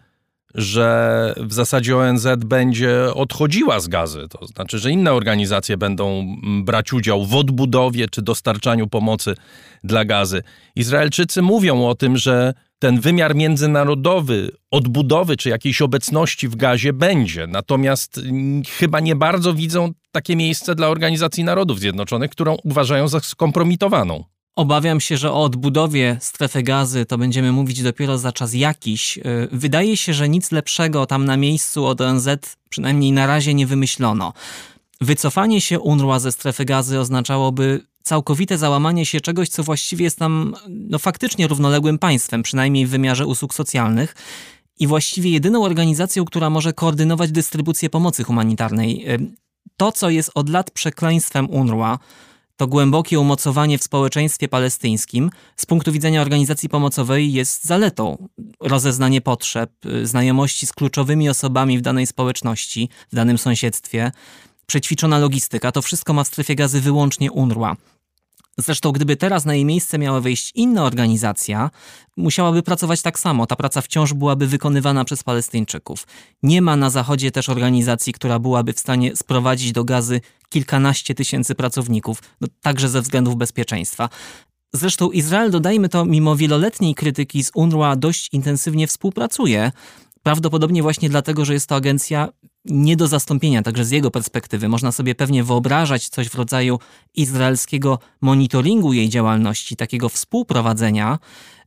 że w zasadzie ONZ będzie odchodziła z Gazy? To znaczy, że inne organizacje będą brać udział w odbudowie czy dostarczaniu pomocy dla Gazy. Izraelczycy mówią o tym, że ten wymiar międzynarodowy odbudowy czy jakiejś obecności w Gazie będzie. Natomiast chyba nie bardzo widzą takie miejsce dla Organizacji Narodów Zjednoczonych, którą uważają za skompromitowaną. Obawiam się, że o odbudowie strefy Gazy to będziemy mówić dopiero za czas jakiś. Wydaje się, że nic lepszego tam na miejscu od ONZ przynajmniej na razie nie wymyślono. Wycofanie się UNRWA ze strefy Gazy oznaczałoby całkowite załamanie się czegoś, co właściwie jest tam faktycznie równoległym państwem, przynajmniej w wymiarze usług socjalnych i właściwie jedyną organizacją, która może koordynować dystrybucję pomocy humanitarnej. To, co jest od lat przekleństwem UNRWA, to głębokie umocowanie w społeczeństwie palestyńskim z punktu widzenia organizacji pomocowej jest zaletą. Rozeznanie potrzeb, znajomości z kluczowymi osobami w danej społeczności, w danym sąsiedztwie, przećwiczona logistyka, to wszystko ma w strefie Gazy wyłącznie UNRWA. Zresztą gdyby teraz na jej miejsce miała wejść inna organizacja, musiałaby pracować tak samo. Ta praca wciąż byłaby wykonywana przez Palestyńczyków. Nie ma na Zachodzie też organizacji, która byłaby w stanie sprowadzić do Gazy kilkanaście tysięcy pracowników, także ze względów bezpieczeństwa. Zresztą Izrael, dodajmy to, mimo wieloletniej krytyki z UNRWA dość intensywnie współpracuje. Prawdopodobnie właśnie dlatego, że jest to agencja nie do zastąpienia, także z jego perspektywy. Można sobie pewnie wyobrażać coś w rodzaju izraelskiego monitoringu jej działalności, takiego współprowadzenia.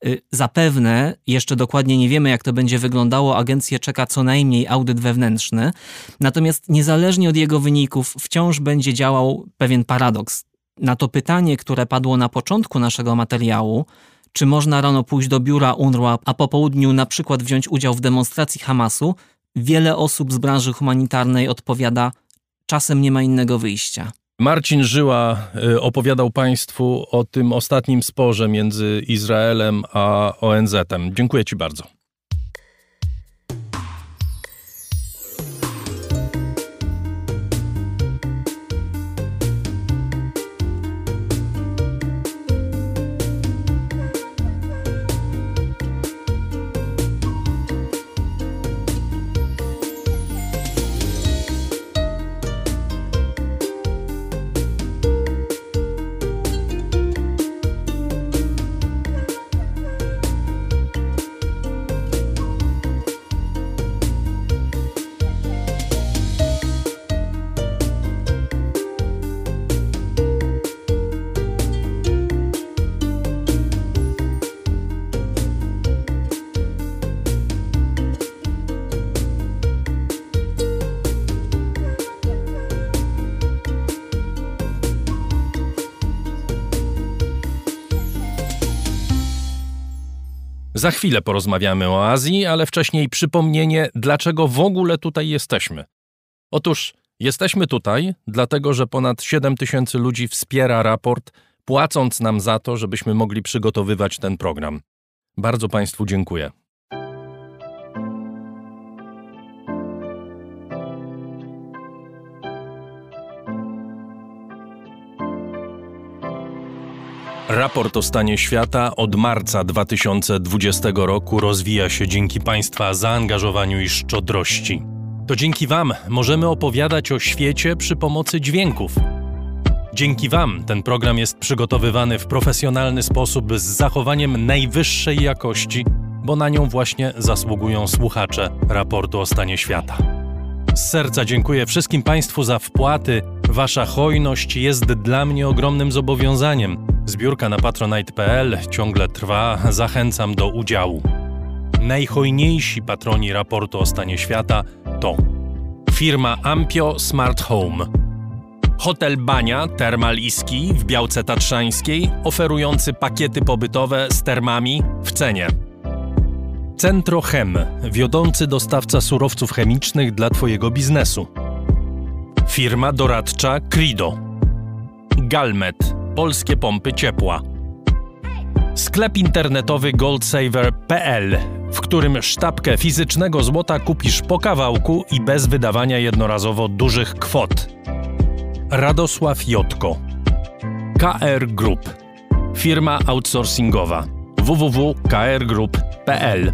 Zapewne, jeszcze dokładnie nie wiemy, jak to będzie wyglądało, agencję czeka co najmniej audyt wewnętrzny. Natomiast niezależnie od jego wyników wciąż będzie działał pewien paradoks. Na to pytanie, które padło na początku naszego materiału, czy można rano pójść do biura UNRWA, a po południu na przykład wziąć udział w demonstracji Hamasu, wiele osób z branży humanitarnej odpowiada, czasem nie ma innego wyjścia. Marcin Żyła opowiadał Państwu o tym ostatnim sporze między Izraelem a ONZ-em. Dziękuję Ci bardzo. Za chwilę porozmawiamy o Azji, ale wcześniej przypomnienie, dlaczego w ogóle tutaj jesteśmy. Otóż jesteśmy tutaj, dlatego że ponad 7 000 ludzi wspiera raport, płacąc nam za to, żebyśmy mogli przygotowywać ten program. Bardzo Państwu dziękuję. Raport o stanie świata od marca 2020 roku rozwija się dzięki Państwa zaangażowaniu i szczodrości. To dzięki Wam możemy opowiadać o świecie przy pomocy dźwięków. Dzięki Wam ten program jest przygotowywany w profesjonalny sposób z zachowaniem najwyższej jakości, bo na nią właśnie zasługują słuchacze raportu o stanie świata. Z serca dziękuję wszystkim Państwu za wpłaty. Wasza hojność jest dla mnie ogromnym zobowiązaniem. Zbiórka na patronite.pl ciągle trwa, zachęcam do udziału. Najhojniejsi patroni raportu o stanie świata to firma Ampio Smart Home, Hotel Bania Thermal i Ski w Białce Tatrzańskiej, oferujący pakiety pobytowe z termami w cenie. Centrochem, wiodący dostawca surowców chemicznych dla Twojego biznesu. Firma doradcza Crido. Galmet, polskie pompy ciepła. Sklep internetowy goldsaver.pl, w którym sztabkę fizycznego złota kupisz po kawałku i bez wydawania jednorazowo dużych kwot. Radosław Jotko. KR Group, firma outsourcingowa. www.krgroup.pl.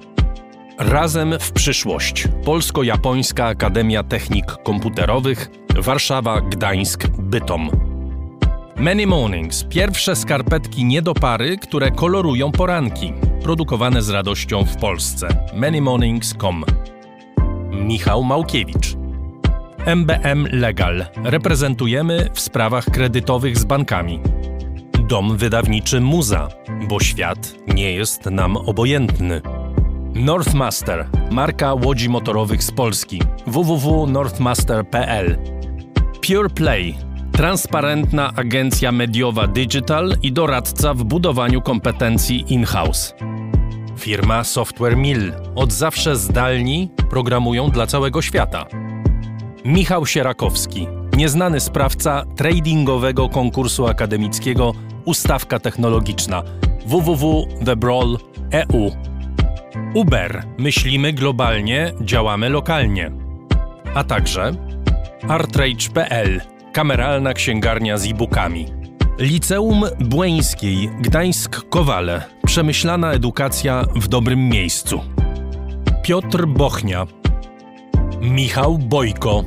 Razem w przyszłość. Polsko-Japońska Akademia Technik Komputerowych, Warszawa, Gdańsk, Bytom. Many Mornings. Pierwsze skarpetki nie do pary, które kolorują poranki. Produkowane z radością w Polsce. manymornings.com. Michał Małkiewicz. MBM Legal. Reprezentujemy w sprawach kredytowych z bankami. Dom wydawniczy Muza, bo świat nie jest nam obojętny. Northmaster, marka łodzi motorowych z Polski. www.northmaster.pl. Pure Play, transparentna agencja mediowa digital i doradca w budowaniu kompetencji in-house. Firma Software Mill, od zawsze zdalni programują dla całego świata. Michał Sierakowski, nieznany sprawca tradingowego konkursu akademickiego Ustawka Technologiczna. www.thebrawl.eu. Uber, myślimy globalnie, działamy lokalnie. A także artrage.pl, kameralna księgarnia z e-bookami. Liceum Błeńskiej, Gdańsk-Kowale, przemyślana edukacja w dobrym miejscu. Piotr Bochnia. Michał Bojko.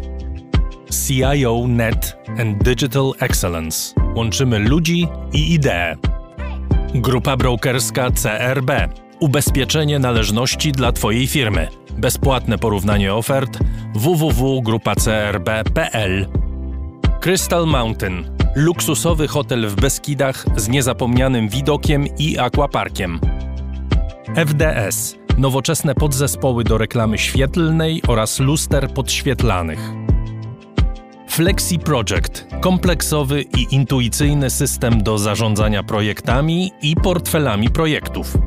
CIO Net and Digital Excellence. Łączymy ludzi i idee. Grupa brokerska CRB. Ubezpieczenie należności dla Twojej firmy. Bezpłatne porównanie ofert www.grupacrb.pl. Crystal Mountain. Luksusowy hotel w Beskidach z niezapomnianym widokiem i aquaparkiem. FDS. Nowoczesne podzespoły do reklamy świetlnej oraz luster podświetlanych. Flexi Project. Kompleksowy i intuicyjny system do zarządzania projektami i portfelami projektów.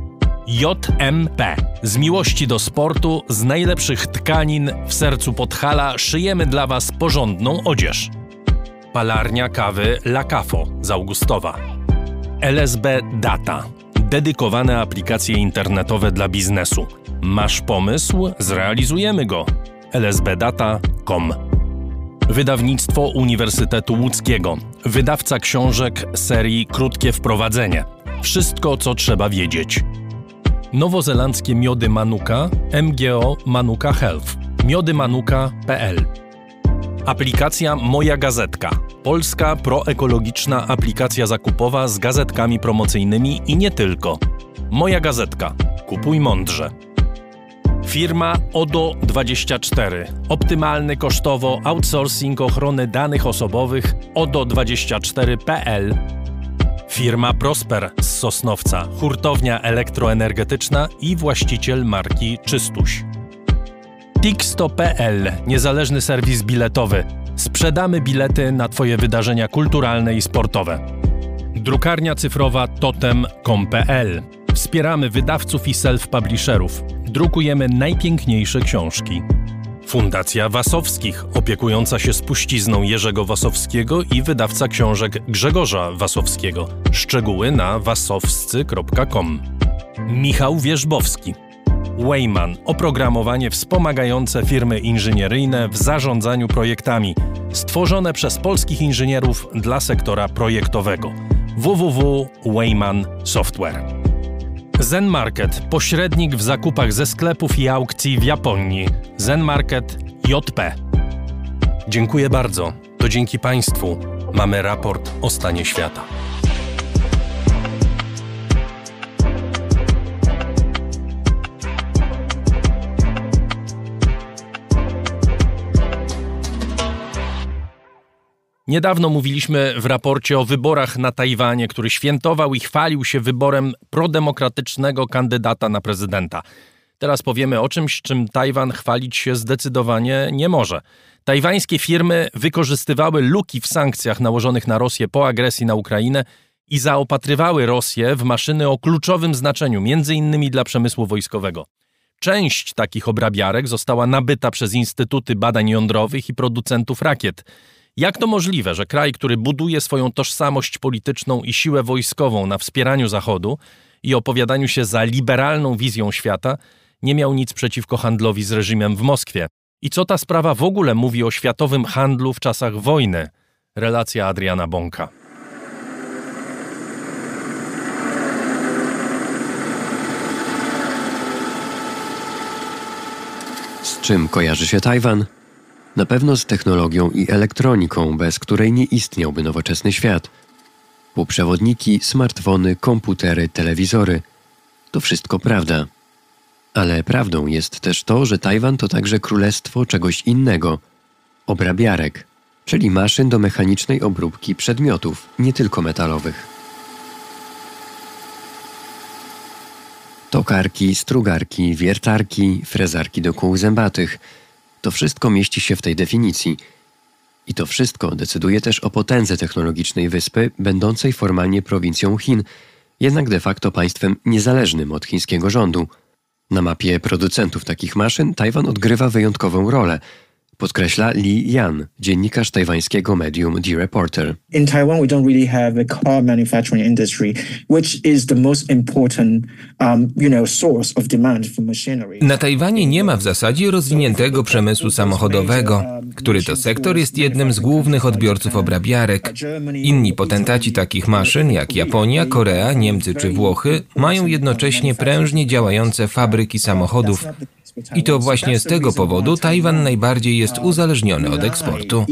JMP. Z miłości do sportu, z najlepszych tkanin w sercu Podhala szyjemy dla Was porządną odzież. Palarnia kawy La Cafo z Augustowa. LSB Data. Dedykowane aplikacje internetowe dla biznesu. Masz pomysł? Zrealizujemy go. lsbdata.com. Wydawnictwo Uniwersytetu Łódzkiego. Wydawca książek serii Krótkie Wprowadzenie. Wszystko, co trzeba wiedzieć. Nowozelandzkie miody Manuka, MGO Manuka Health. miodymanuka.pl. Aplikacja Moja Gazetka. Polska proekologiczna aplikacja zakupowa z gazetkami promocyjnymi i nie tylko. Moja Gazetka. Kupuj mądrze. Firma ODO24. Optymalny kosztowo outsourcing ochrony danych osobowych ODO24.pl. Firma Prosper z Sosnowca. Hurtownia elektroenergetyczna i właściciel marki Czystuś. Tixto.pl. Niezależny serwis biletowy. Sprzedamy bilety na Twoje wydarzenia kulturalne i sportowe. Drukarnia cyfrowa Totem.com.pl. Wspieramy wydawców i self-publisherów. Drukujemy najpiękniejsze książki. Fundacja Wasowskich, opiekująca się spuścizną Jerzego Wasowskiego i wydawca książek Grzegorza Wasowskiego. Szczegóły na wasowscy.com. Michał Wierzbowski. Wayman, oprogramowanie wspomagające firmy inżynieryjne w zarządzaniu projektami. Stworzone przez polskich inżynierów dla sektora projektowego. www.wayman Software. Zen Market, pośrednik w zakupach ze sklepów i aukcji w Japonii. Zen Market JP. Dziękuję bardzo. To dzięki Państwu mamy raport o stanie świata. Niedawno mówiliśmy w raporcie o wyborach na Tajwanie, który świętował i chwalił się wyborem prodemokratycznego kandydata na prezydenta. Teraz powiemy o czymś, czym Tajwan chwalić się zdecydowanie nie może. Tajwańskie firmy wykorzystywały luki w sankcjach nałożonych na Rosję po agresji na Ukrainę i zaopatrywały Rosję w maszyny o kluczowym znaczeniu, m.in. dla przemysłu wojskowego. Część takich obrabiarek została nabyta przez Instytuty Badań Jądrowych i producentów rakiet. Jak to możliwe, że kraj, który buduje swoją tożsamość polityczną i siłę wojskową na wspieraniu Zachodu i opowiadaniu się za liberalną wizją świata, nie miał nic przeciwko handlowi z reżimem w Moskwie? I co ta sprawa w ogóle mówi o światowym handlu w czasach wojny? Relacja Adriana Bąka. Z czym kojarzy się Tajwan? Na pewno z technologią i elektroniką, bez której nie istniałby nowoczesny świat. Półprzewodniki, smartfony, komputery, telewizory. To wszystko prawda. Ale prawdą jest też to, że Tajwan to także królestwo czegoś innego. Obrabiarek, czyli maszyn do mechanicznej obróbki przedmiotów, nie tylko metalowych. Tokarki, strugarki, wiertarki, frezarki do kół zębatych. To wszystko mieści się w tej definicji. I to wszystko decyduje też o potędze technologicznej wyspy, będącej formalnie prowincją Chin, jednak de facto państwem niezależnym od chińskiego rządu. Na mapie producentów takich maszyn Tajwan odgrywa wyjątkową rolę, podkreśla Li Yan, dziennikarz tajwańskiego medium The Reporter. In Taiwan we don't really have a car manufacturing industry, which is the most important source of demand for machinery. Na Tajwanie nie ma w zasadzie rozwiniętego przemysłu samochodowego, który to sektor jest jednym z głównych odbiorców obrabiarek. Inni potentaci takich maszyn jak Japonia, Korea, Niemcy czy Włochy mają jednocześnie prężnie działające fabryki samochodów. I to właśnie z tego powodu Tajwan najbardziej jest uzależniony od eksportu.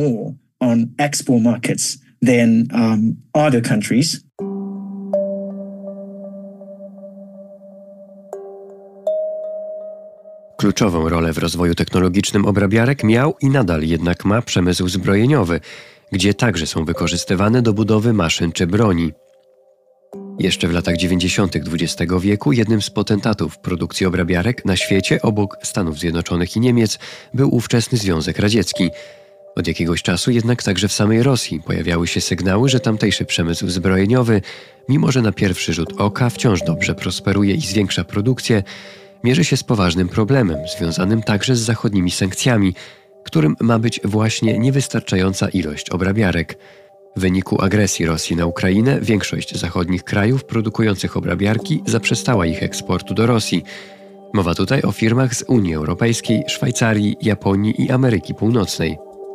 Kluczową rolę w rozwoju technologicznym obrabiarek miał i nadal jednak ma przemysł zbrojeniowy, gdzie także są wykorzystywane do budowy maszyn czy broni. Jeszcze w latach 90. XX wieku jednym z potentatów produkcji obrabiarek na świecie obok Stanów Zjednoczonych i Niemiec był ówczesny Związek Radziecki. Od jakiegoś czasu jednak także w samej Rosji pojawiały się sygnały, że tamtejszy przemysł zbrojeniowy, mimo że na pierwszy rzut oka wciąż dobrze prosperuje i zwiększa produkcję, mierzy się z poważnym problemem związanym także z zachodnimi sankcjami, którym ma być właśnie niewystarczająca ilość obrabiarek. W wyniku agresji Rosji na Ukrainę większość zachodnich krajów produkujących obrabiarki zaprzestała ich eksportu do Rosji. Mowa tutaj o firmach z Unii Europejskiej, Szwajcarii, Japonii i Ameryki Północnej.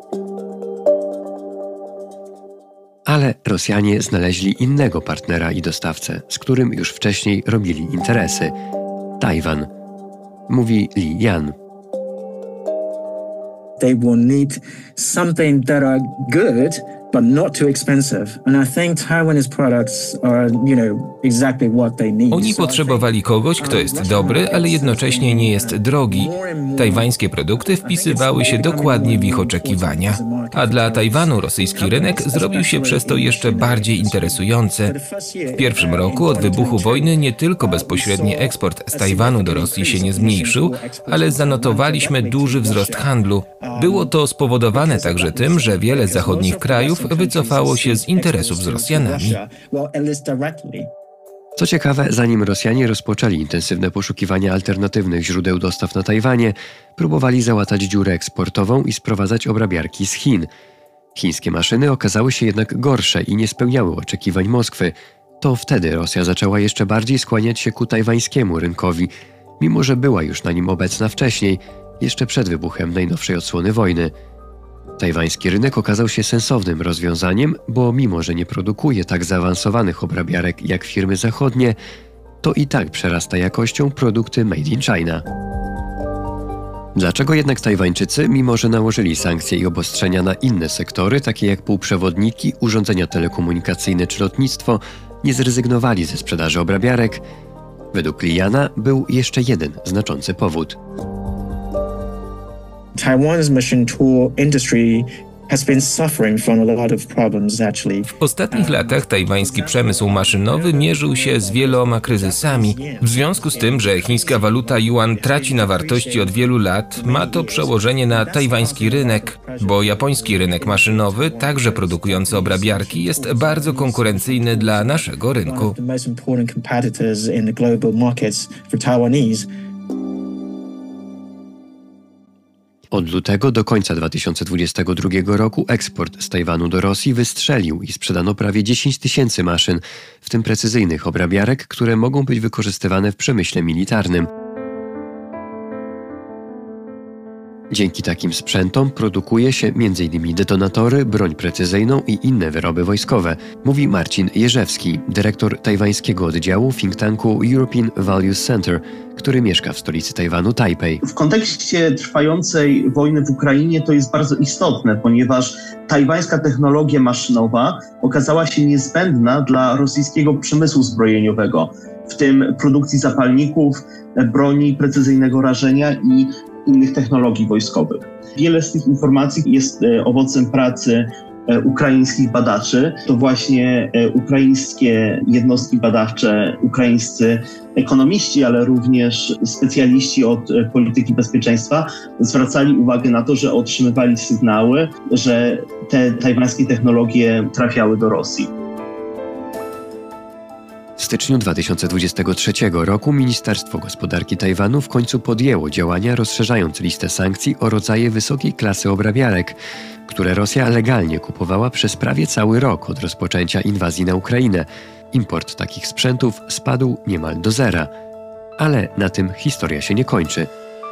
Ale Rosjanie znaleźli innego partnera i dostawcę, z którym już wcześniej robili interesy. Tajwan, mówi Li Yan. They will need something that are good, but not too expensive. And I think Taiwanese products are, exactly what they need. Oni potrzebowali kogoś, kto jest dobry, ale jednocześnie nie jest drogi. Tajwańskie produkty wpisywały się dokładnie w ich oczekiwania. A dla Tajwanu rosyjski rynek zrobił się przez to jeszcze bardziej interesujący. W pierwszym roku od wybuchu wojny nie tylko bezpośredni eksport z Tajwanu do Rosji się nie zmniejszył, ale zanotowaliśmy duży wzrost handlu. Było to spowodowane także tym, że wiele zachodnich krajów wycofało się z interesów z Rosjanami. Co ciekawe, zanim Rosjanie rozpoczęli intensywne poszukiwania alternatywnych źródeł dostaw na Tajwanie, próbowali załatać dziurę eksportową i sprowadzać obrabiarki z Chin. Chińskie maszyny okazały się jednak gorsze i nie spełniały oczekiwań Moskwy. To wtedy Rosja zaczęła jeszcze bardziej skłaniać się ku tajwańskiemu rynkowi, mimo że była już na nim obecna wcześniej, jeszcze przed wybuchem najnowszej odsłony wojny. Tajwański rynek okazał się sensownym rozwiązaniem, bo mimo że nie produkuje tak zaawansowanych obrabiarek jak firmy zachodnie, to i tak przerasta jakością produkty made in China. Dlaczego jednak Tajwańczycy, mimo że nałożyli sankcje i obostrzenia na inne sektory, takie jak półprzewodniki, urządzenia telekomunikacyjne czy lotnictwo, nie zrezygnowali ze sprzedaży obrabiarek? Według Liana był jeszcze jeden znaczący powód. Taiwan's machine tool industry has been suffering from a lot of problems actually. W ostatnich latach tajwański przemysł maszynowy mierzył się z wieloma kryzysami. W związku z tym, że chińska waluta yuan traci na wartości od wielu lat, ma to przełożenie na tajwański rynek, bo japoński rynek maszynowy, także produkujący obrabiarki, jest bardzo konkurencyjny dla naszego rynku. Od lutego do końca 2022 roku eksport z Tajwanu do Rosji wystrzelił i sprzedano prawie 10 000 maszyn, w tym precyzyjnych obrabiarek, które mogą być wykorzystywane w przemyśle militarnym. Dzięki takim sprzętom produkuje się m.in. detonatory, broń precyzyjną i inne wyroby wojskowe, mówi Marcin Jerzewski, dyrektor tajwańskiego oddziału think tanku European Values Center, który mieszka w stolicy Tajwanu, Tajpej. W kontekście trwającej wojny w Ukrainie to jest bardzo istotne, ponieważ tajwańska technologia maszynowa okazała się niezbędna dla rosyjskiego przemysłu zbrojeniowego, w tym produkcji zapalników, broni precyzyjnego rażenia i innych technologii wojskowych. Wiele z tych informacji jest owocem pracy ukraińskich badaczy. To właśnie ukraińskie jednostki badawcze, ukraińscy ekonomiści, ale również specjaliści od polityki bezpieczeństwa zwracali uwagę na to, że otrzymywali sygnały, że te tajwańskie technologie trafiały do Rosji. W styczniu 2023 roku Ministerstwo Gospodarki Tajwanu w końcu podjęło działania, rozszerzając listę sankcji o rodzaje wysokiej klasy obrabiarek, które Rosja legalnie kupowała przez prawie cały rok od rozpoczęcia inwazji na Ukrainę. Import takich sprzętów spadł niemal do zera. Ale na tym historia się nie kończy.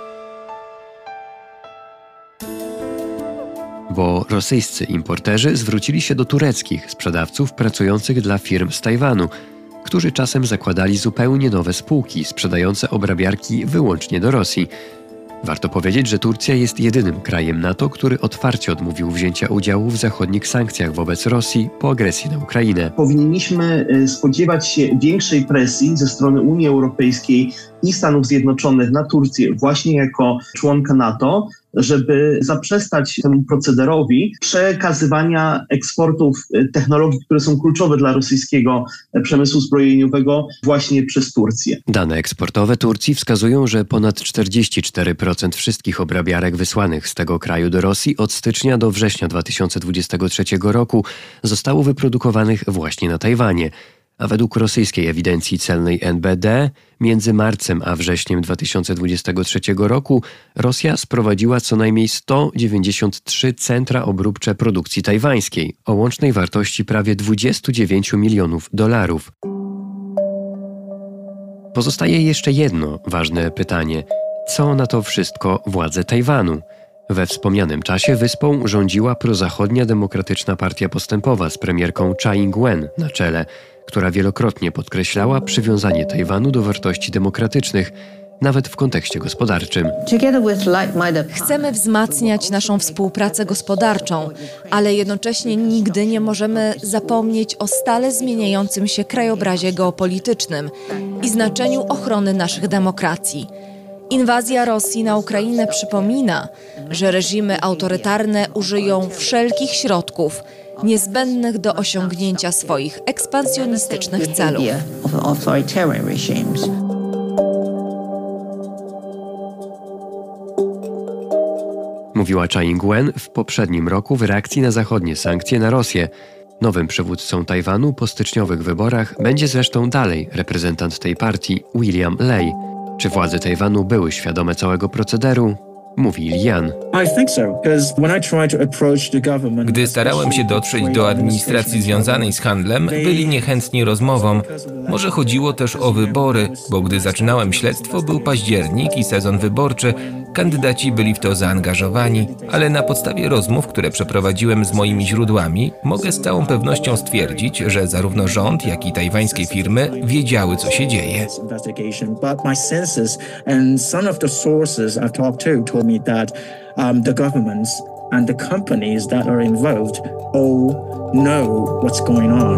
Bo rosyjscy importerzy zwrócili się do tureckich sprzedawców pracujących dla firm z Tajwanu, którzy czasem zakładali zupełnie nowe spółki sprzedające obrabiarki wyłącznie do Rosji. Warto powiedzieć, że Turcja jest jedynym krajem NATO, który otwarcie odmówił wzięcia udziału w zachodnich sankcjach wobec Rosji po agresji na Ukrainę. Powinniśmy spodziewać się większej presji ze strony Unii Europejskiej i Stanów Zjednoczonych na Turcję właśnie jako członka NATO, żeby zaprzestać temu procederowi przekazywania eksportów technologii, które są kluczowe dla rosyjskiego przemysłu zbrojeniowego właśnie przez Turcję. Dane eksportowe Turcji wskazują, że ponad 44% wszystkich obrabiarek wysłanych z tego kraju do Rosji od stycznia do września 2023 roku zostało wyprodukowanych właśnie na Tajwanie. A według rosyjskiej ewidencji celnej NBD między marcem a wrześniem 2023 roku Rosja sprowadziła co najmniej 193 centra obróbcze produkcji tajwańskiej o łącznej wartości prawie $29 milionów. Pozostaje jeszcze jedno ważne pytanie. Co na to wszystko władze Tajwanu? We wspomnianym czasie wyspą rządziła prozachodnia Demokratyczna Partia Postępowa z premierką Tsai Ing-wen na czele, która wielokrotnie podkreślała przywiązanie Tajwanu do wartości demokratycznych, nawet w kontekście gospodarczym. Chcemy wzmacniać naszą współpracę gospodarczą, ale jednocześnie nigdy nie możemy zapomnieć o stale zmieniającym się krajobrazie geopolitycznym i znaczeniu ochrony naszych demokracji. Inwazja Rosji na Ukrainę przypomina, że reżimy autorytarne użyją wszelkich środków niezbędnych do osiągnięcia swoich ekspansjonistycznych celów. Mówiła Tsai Ing-wen w poprzednim roku w reakcji na zachodnie sankcje na Rosję. Nowym przywódcą Tajwanu po styczniowych wyborach będzie zresztą dalej reprezentant tej partii William Lei. Czy władze Tajwanu były świadome całego procederu? Mówi Lian. Gdy starałem się dotrzeć do administracji związanej z handlem, byli niechętni rozmowom. Może chodziło też o wybory, bo gdy zaczynałem śledztwo, był październik i sezon wyborczy. Kandydaci byli w to zaangażowani, ale na podstawie rozmów, które przeprowadziłem z moimi źródłami, mogę z całą pewnością stwierdzić, że zarówno rząd, jak i tajwańskie firmy wiedziały, co się dzieje. Me that the governments and the companies that are involved all know what's going on.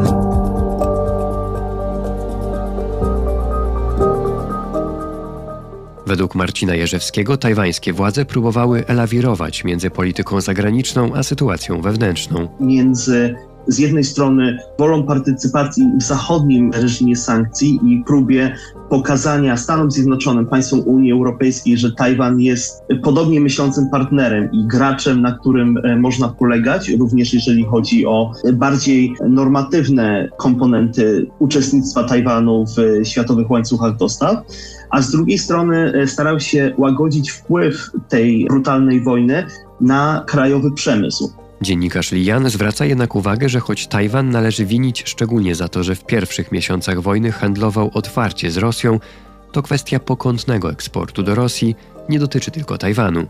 Według Marcina Jerzewskiego tajwańskie władze próbowały lawirować między polityką zagraniczną a sytuacją wewnętrzną. Między z jednej strony wolą partycypacji w zachodnim reżimie sankcji i próbie pokazania Stanom Zjednoczonym, państwom Unii Europejskiej, że Tajwan jest podobnie myślącym partnerem i graczem, na którym można polegać, również jeżeli chodzi o bardziej normatywne komponenty uczestnictwa Tajwanu w światowych łańcuchach dostaw, a z drugiej strony starał się łagodzić wpływ tej brutalnej wojny na krajowy przemysł. Dziennikarz Lian zwraca jednak uwagę, że choć Tajwan należy winić szczególnie za to, że w pierwszych miesiącach wojny handlował otwarcie z Rosją, to kwestia pokątnego eksportu do Rosji nie dotyczy tylko Tajwanu.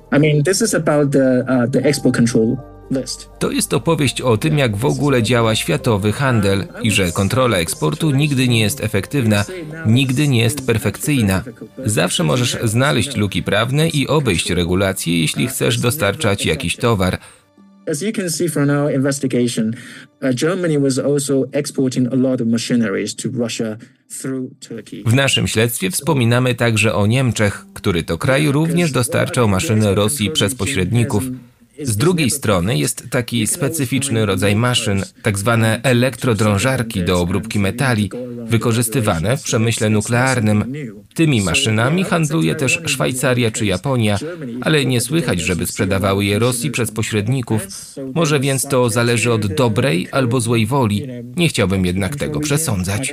To jest opowieść o tym, jak w ogóle działa światowy handel i że kontrola eksportu nigdy nie jest efektywna, nigdy nie jest perfekcyjna. Zawsze możesz znaleźć luki prawne i obejść regulacje, jeśli chcesz dostarczać jakiś towar. As you can see from our investigation, Germany was also exporting a lot of machineries to Russia through Turkey. W naszym śledztwie wspominamy także o Niemczech, który to kraj również dostarczał maszyny Rosji przez pośredników. Z drugiej strony jest taki specyficzny rodzaj maszyn, tak zwane elektrodrążarki do obróbki metali, wykorzystywane w przemyśle nuklearnym. Tymi maszynami handluje też Szwajcaria czy Japonia, ale nie słychać, żeby sprzedawały je Rosji przez pośredników. Może więc to zależy od dobrej albo złej woli. Nie chciałbym jednak tego przesądzać.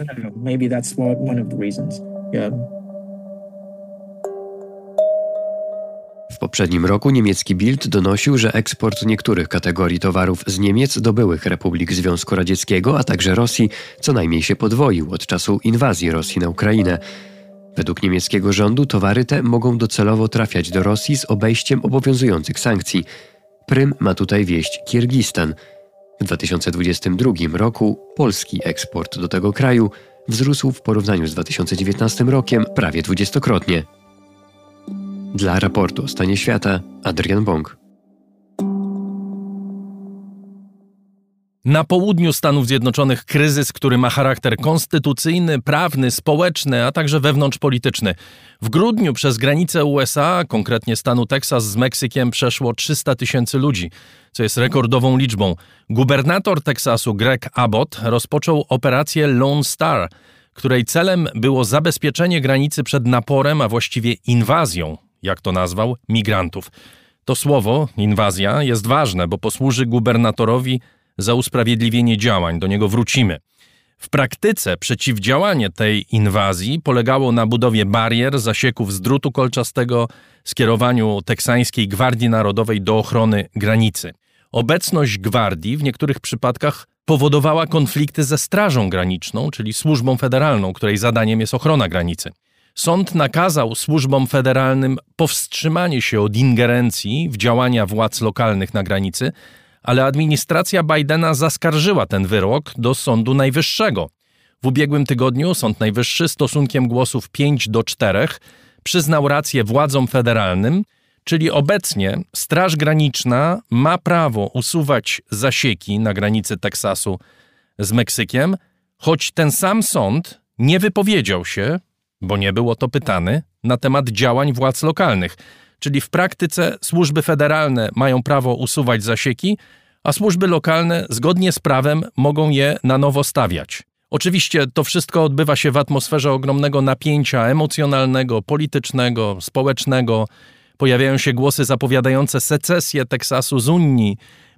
W poprzednim roku niemiecki Bild donosił, że eksport niektórych kategorii towarów z Niemiec do byłych republik Związku Radzieckiego, a także Rosji, co najmniej się podwoił od czasu inwazji Rosji na Ukrainę. Według niemieckiego rządu towary te mogą docelowo trafiać do Rosji z obejściem obowiązujących sankcji. Prym ma tutaj wieść Kirgistan. W 2022 roku polski eksport do tego kraju wzrósł w porównaniu z 2019 rokiem prawie 20-krotnie. Dla raportu o stanie świata Adrian Bąk. Na południu Stanów Zjednoczonych kryzys, który ma charakter konstytucyjny, prawny, społeczny, a także wewnątrzpolityczny. W grudniu przez granicę USA, konkretnie stanu Teksas z Meksykiem, przeszło 300 000 ludzi, co jest rekordową liczbą. Gubernator Teksasu Greg Abbott rozpoczął operację Lone Star, której celem było zabezpieczenie granicy przed naporem, a właściwie inwazją, jak to nazwał, migrantów. To słowo, inwazja, jest ważne, bo posłuży gubernatorowi za usprawiedliwienie działań. Do niego wrócimy. W praktyce przeciwdziałanie tej inwazji polegało na budowie barier, zasieków z drutu kolczastego, skierowaniu teksańskiej Gwardii Narodowej do ochrony granicy. Obecność gwardii w niektórych przypadkach powodowała konflikty ze Strażą Graniczną, czyli służbą federalną, której zadaniem jest ochrona granicy. Sąd nakazał służbom federalnym powstrzymanie się od ingerencji w działania władz lokalnych na granicy, ale administracja Bidena zaskarżyła ten wyrok do Sądu Najwyższego. W ubiegłym tygodniu Sąd Najwyższy stosunkiem głosów 5-4 przyznał rację władzom federalnym, czyli obecnie Straż Graniczna ma prawo usuwać zasieki na granicy Teksasu z Meksykiem, choć ten sam sąd nie wypowiedział się, bo nie był o to pytany, na temat działań władz lokalnych. Czyli w praktyce służby federalne mają prawo usuwać zasieki, a służby lokalne zgodnie z prawem mogą je na nowo stawiać. Oczywiście to wszystko odbywa się w atmosferze ogromnego napięcia emocjonalnego, politycznego, społecznego. Pojawiają się głosy zapowiadające secesję Teksasu z Unii.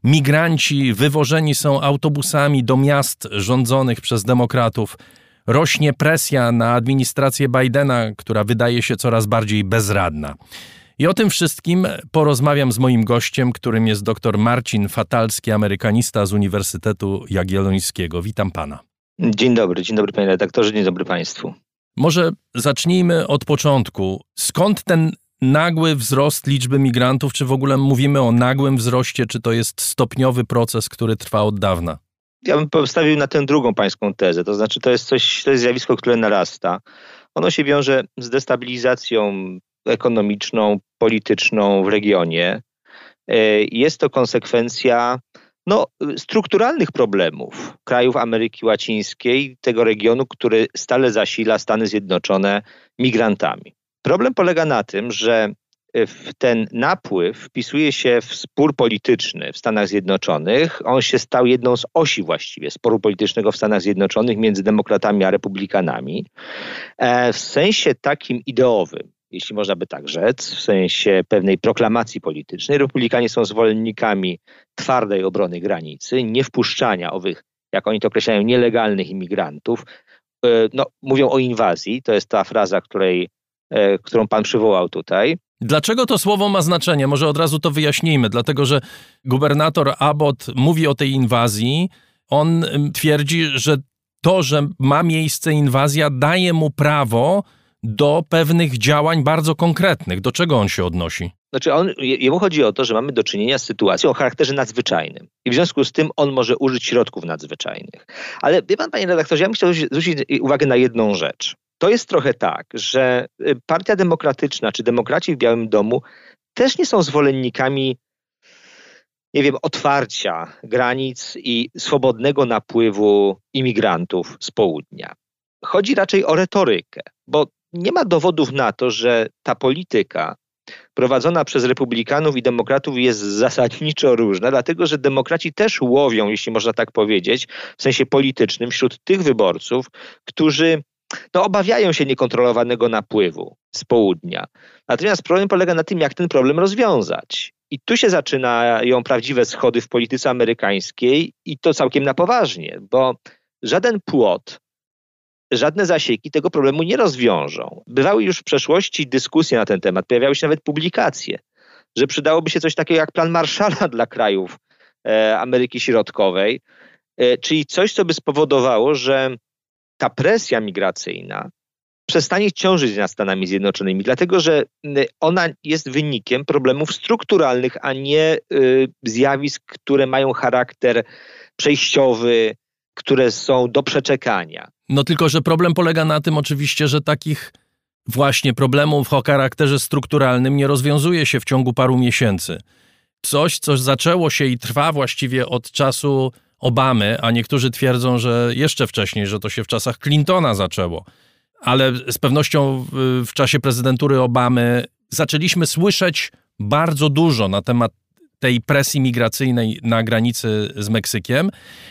Migranci wywożeni są autobusami do miast rządzonych przez demokratów. Rośnie presja na administrację Bidena, która wydaje się coraz bardziej bezradna. I o tym wszystkim porozmawiam z moim gościem, którym jest dr Marcin Fatalski, amerykanista z Uniwersytetu Jagiellońskiego. Witam pana. Dzień dobry panie redaktorze, dzień dobry państwu. Może zacznijmy od początku. Skąd ten nagły wzrost liczby migrantów? Czy w ogóle mówimy o nagłym wzroście, czy to jest stopniowy proces, który trwa od dawna? Ja bym postawił na tę drugą pańską tezę, to znaczy to jest zjawisko, które narasta. Ono się wiąże z destabilizacją ekonomiczną, polityczną w regionie. Jest to konsekwencja strukturalnych problemów krajów Ameryki Łacińskiej, tego regionu, który stale zasila Stany Zjednoczone migrantami. Problem polega na tym, że ten napływ wpisuje się w spór polityczny w Stanach Zjednoczonych. On się stał jedną z osi właściwie sporu politycznego w Stanach Zjednoczonych między demokratami a republikanami. W sensie takim ideowym, jeśli można by tak rzec, w sensie pewnej proklamacji politycznej, republikanie są zwolennikami twardej obrony granicy, niewpuszczania owych, jak oni to określają, nielegalnych imigrantów. Mówią o inwazji, to jest ta fraza, którą pan przywołał tutaj. Dlaczego to słowo ma znaczenie? Może od razu to wyjaśnijmy. Dlatego, że gubernator Abbott mówi o tej inwazji. On twierdzi, że to, że ma miejsce inwazja, daje mu prawo do pewnych działań bardzo konkretnych. Do czego on się odnosi? Znaczy jemu chodzi o to, że mamy do czynienia z sytuacją o charakterze nadzwyczajnym. I w związku z tym on może użyć środków nadzwyczajnych. Ale wie pan, panie redaktorze, ja bym chciał zwrócić uwagę na jedną rzecz. To jest trochę tak, że Partia Demokratyczna czy demokraci w Białym Domu też nie są zwolennikami, otwarcia granic i swobodnego napływu imigrantów z południa. Chodzi raczej o retorykę, bo nie ma dowodów na to, że ta polityka prowadzona przez republikanów i demokratów jest zasadniczo różna, dlatego że demokraci też łowią, jeśli można tak powiedzieć, w sensie politycznym wśród tych wyborców, którzy obawiają się niekontrolowanego napływu z południa. Natomiast problem polega na tym, jak ten problem rozwiązać. I tu się zaczynają prawdziwe schody w polityce amerykańskiej i to całkiem na poważnie, bo żaden płot, żadne zasieki tego problemu nie rozwiążą. Bywały już w przeszłości dyskusje na ten temat, pojawiały się nawet publikacje, że przydałoby się coś takiego jak plan Marshalla dla krajów Ameryki Środkowej, czyli coś, co by spowodowało, że ta presja migracyjna przestanie ciążyć nad Stanami Zjednoczonymi, dlatego że ona jest wynikiem problemów strukturalnych, a nie zjawisk, które mają charakter przejściowy, które są do przeczekania. No tylko, że problem polega na tym oczywiście, że takich właśnie problemów o charakterze strukturalnym nie rozwiązuje się w ciągu paru miesięcy. Coś, co zaczęło się i trwa właściwie od czasu Obamy, a niektórzy twierdzą, że jeszcze wcześniej, że to się w czasach Clintona zaczęło. Ale z pewnością w czasie prezydentury Obamy zaczęliśmy słyszeć bardzo dużo na temat tej presji migracyjnej na granicy z Meksykiem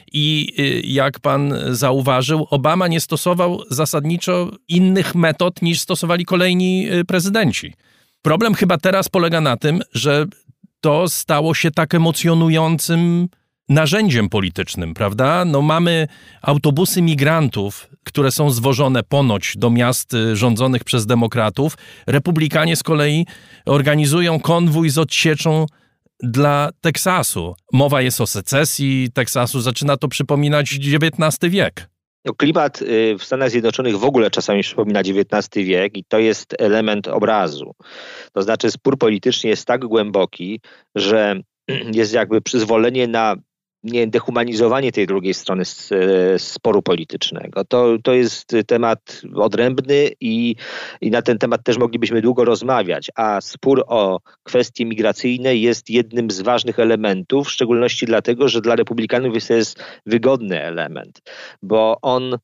i jak pan zauważył, Obama nie stosował zasadniczo innych metod niż stosowali kolejni prezydenci. Problem chyba teraz polega na tym, że to stało się tak emocjonującym narzędziem politycznym, prawda? Mamy autobusy migrantów, które są zwożone ponoć do miast rządzonych przez demokratów. Republikanie z kolei organizują konwój z odsieczą dla Teksasu. Mowa jest o secesji Teksasu, zaczyna to przypominać XIX wiek. Klimat w Stanach Zjednoczonych w ogóle czasami przypomina XIX wiek i to jest element obrazu. To znaczy spór polityczny jest tak głęboki, że jest jakby przyzwolenie na dehumanizowanie tej drugiej strony sporu politycznego. To jest temat odrębny i na ten temat też moglibyśmy długo rozmawiać, a spór o kwestie migracyjne jest jednym z ważnych elementów, w szczególności dlatego, że dla republikanów jest to wygodny element, bo on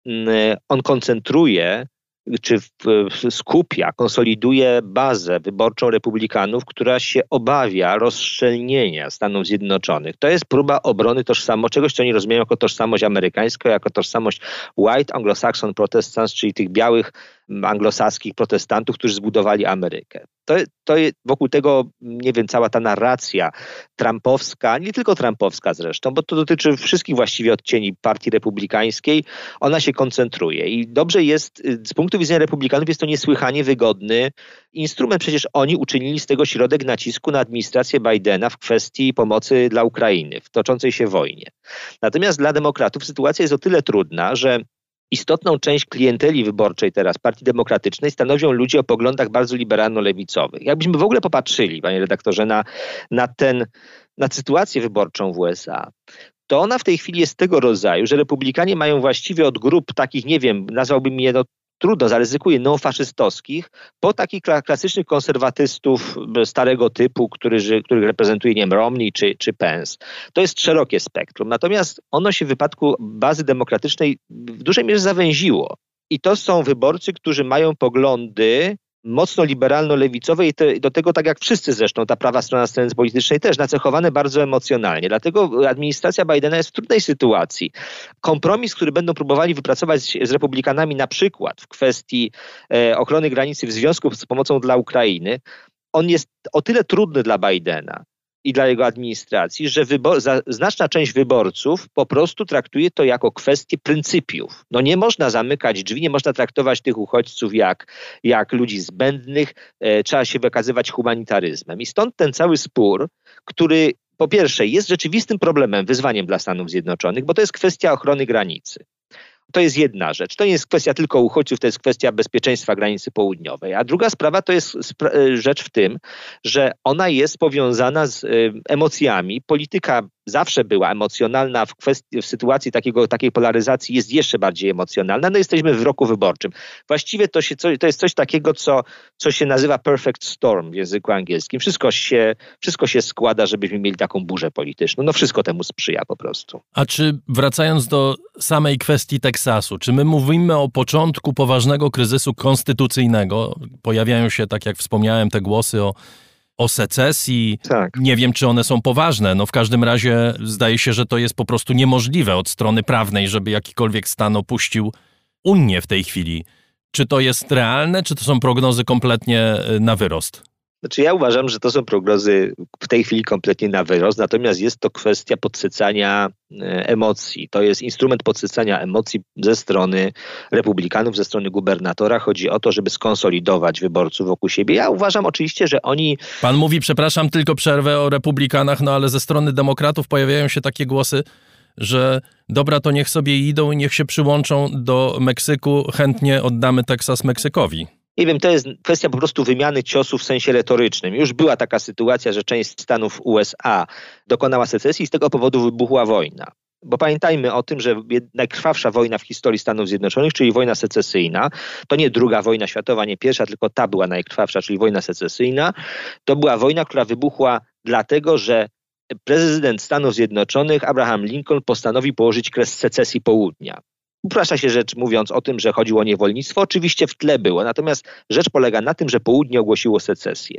koncentruje czy skupia, konsoliduje bazę wyborczą republikanów, która się obawia rozszczelnienia Stanów Zjednoczonych. To jest próba obrony czegoś, co oni rozumieją jako tożsamość amerykańską, jako tożsamość white, anglo-saxon protestants, czyli tych białych anglosaskich protestantów, którzy zbudowali Amerykę. To jest wokół tego, nie wiem, cała ta narracja trumpowska, nie tylko trumpowska zresztą, bo to dotyczy wszystkich właściwie odcieni partii republikańskiej, ona się koncentruje i dobrze jest, z punktu widzenia republikanów jest to niesłychanie wygodny instrument. Przecież oni uczynili z tego środek nacisku na administrację Bidena w kwestii pomocy dla Ukrainy w toczącej się wojnie. Natomiast dla demokratów sytuacja jest o tyle trudna, że istotną część klienteli wyborczej teraz Partii Demokratycznej stanowią ludzie o poglądach bardzo liberalno-lewicowych. Jakbyśmy w ogóle popatrzyli, panie redaktorze, na sytuację wyborczą w USA, to ona w tej chwili jest tego rodzaju, że republikanie mają właściwie od grup takich, nie wiem, nazwałbym je trudno, zaryzykuję, neofaszystowskich, po takich klasycznych konserwatystów starego typu, których reprezentuje, nie wiem, Romney czy Pence. To jest szerokie spektrum. Natomiast ono się w wypadku bazy demokratycznej w dużej mierze zawęziło. I to są wyborcy, którzy mają poglądy mocno liberalno-lewicowe i do tego, tak jak wszyscy zresztą, ta prawa strona sceny politycznej też, nacechowane bardzo emocjonalnie. Dlatego administracja Bidena jest w trudnej sytuacji. Kompromis, który będą próbowali wypracować z republikanami na przykład w kwestii ochrony granicy w związku z pomocą dla Ukrainy, on jest o tyle trudny dla Bidena i dla jego administracji, że znaczna część wyborców po prostu traktuje to jako kwestię pryncypiów. No nie można zamykać drzwi, nie można traktować tych uchodźców jak ludzi zbędnych, trzeba się wykazywać humanitaryzmem. I stąd ten cały spór, który po pierwsze jest rzeczywistym problemem, wyzwaniem dla Stanów Zjednoczonych, bo to jest kwestia ochrony granicy. To jest jedna rzecz. To nie jest kwestia tylko uchodźców, to jest kwestia bezpieczeństwa granicy południowej. A druga sprawa to jest rzecz w tym, że ona jest powiązana z emocjami. Polityka zawsze była emocjonalna, w sytuacji takiej polaryzacji jest jeszcze bardziej emocjonalna. No jesteśmy w roku wyborczym. Właściwie to jest coś takiego, co się nazywa perfect storm w języku angielskim. Wszystko się składa, żebyśmy mieli taką burzę polityczną. No wszystko temu sprzyja po prostu. A czy wracając do samej kwestii Teksasu, czy my mówimy o początku poważnego kryzysu konstytucyjnego? Pojawiają się, tak jak wspomniałem, te głosy o secesji. Tak. Nie wiem, czy one są poważne. No w każdym razie zdaje się, że to jest po prostu niemożliwe od strony prawnej, żeby jakikolwiek stan opuścił Unię w tej chwili. Czy to jest realne, czy to są prognozy kompletnie na wyrost? Znaczy ja uważam, że to są prognozy w tej chwili kompletnie na wyrost, natomiast jest to kwestia podsycania emocji. To jest instrument podsycania emocji ze strony republikanów, ze strony gubernatora. Chodzi o to, żeby skonsolidować wyborców wokół siebie. Ja uważam oczywiście, że oni... Pan mówi, przepraszam, tylko przerwę o republikanach, no ale ze strony demokratów pojawiają się takie głosy, że dobra, to niech sobie idą i niech się przyłączą do Meksyku, chętnie oddamy Teksas Meksykowi. Nie wiem, to jest kwestia po prostu wymiany ciosów w sensie retorycznym. Już była taka sytuacja, że część stanów USA dokonała secesji i z tego powodu wybuchła wojna. Bo pamiętajmy o tym, że najkrwawsza wojna w historii Stanów Zjednoczonych, czyli wojna secesyjna, to nie II wojna światowa, nie pierwsza, tylko ta była najkrwawsza, czyli wojna secesyjna. To była wojna, która wybuchła dlatego, że prezydent Stanów Zjednoczonych, Abraham Lincoln, postanowił położyć kres secesji południa. Uprasza się rzecz mówiąc o tym, że chodziło o niewolnictwo. Oczywiście w tle było. Natomiast rzecz polega na tym, że południe ogłosiło secesję.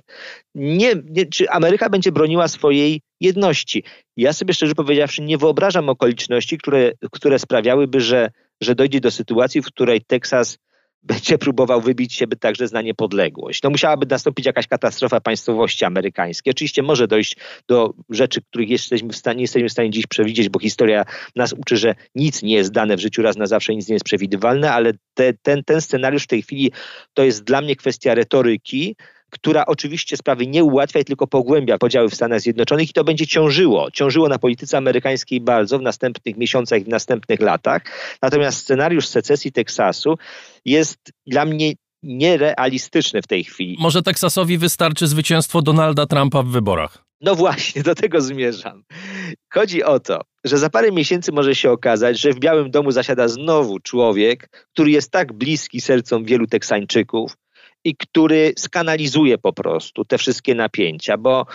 Czy Ameryka będzie broniła swojej jedności? Ja sobie szczerze powiedziawszy nie wyobrażam okoliczności, które sprawiałyby, że dojdzie do sytuacji, w której Teksas będzie próbował wybić się także na niepodległość. No musiałaby nastąpić jakaś katastrofa państwowości amerykańskiej. Oczywiście może dojść do rzeczy, których nie jesteśmy w stanie dziś przewidzieć, bo historia nas uczy, że nic nie jest dane w życiu raz na zawsze, nic nie jest przewidywalne, ale ten scenariusz w tej chwili to jest dla mnie kwestia retoryki, która oczywiście sprawy nie ułatwia i tylko pogłębia podziały w Stanach Zjednoczonych i to będzie ciążyło na polityce amerykańskiej bardzo w następnych miesiącach i w następnych latach. Natomiast scenariusz secesji Teksasu jest dla mnie nierealistyczny w tej chwili. Może Teksasowi wystarczy zwycięstwo Donalda Trumpa w wyborach? No właśnie, do tego zmierzam. Chodzi o to, że za parę miesięcy może się okazać, że w Białym Domu zasiada znowu człowiek, który jest tak bliski sercom wielu Teksańczyków, i który skanalizuje po prostu te wszystkie napięcia, bo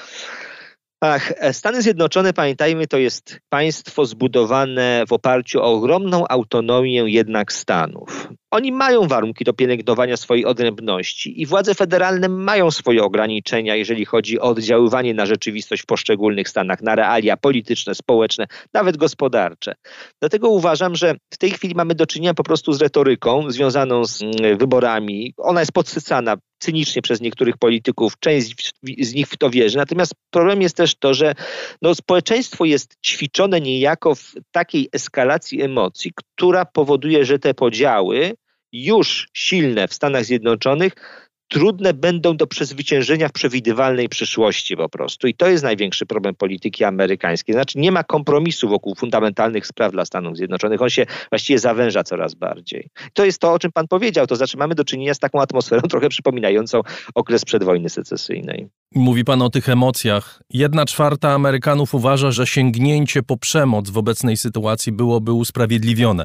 Stany Zjednoczone, pamiętajmy, to jest państwo zbudowane w oparciu o ogromną autonomię jednak Stanów. Oni mają warunki do pielęgnowania swojej odrębności i władze federalne mają swoje ograniczenia, jeżeli chodzi o oddziaływanie na rzeczywistość w poszczególnych stanach, na realia polityczne, społeczne, nawet gospodarcze. Dlatego uważam, że w tej chwili mamy do czynienia po prostu z retoryką związaną z wyborami. Ona jest podsycana cynicznie przez niektórych polityków, część z nich w to wierzy. Natomiast problem jest też to, że społeczeństwo jest ćwiczone niejako w takiej eskalacji emocji, która powoduje, że te podziały już silne w Stanach Zjednoczonych trudne będą do przezwyciężenia w przewidywalnej przyszłości po prostu. I to jest największy problem polityki amerykańskiej. Znaczy nie ma kompromisu wokół fundamentalnych spraw dla Stanów Zjednoczonych. On się właściwie zawęża coraz bardziej. To jest to, o czym pan powiedział. To znaczy mamy do czynienia z taką atmosferą trochę przypominającą okres przedwojny secesyjnej. Mówi pan o tych emocjach. 1/4 Amerykanów uważa, że sięgnięcie po przemoc w obecnej sytuacji byłoby usprawiedliwione.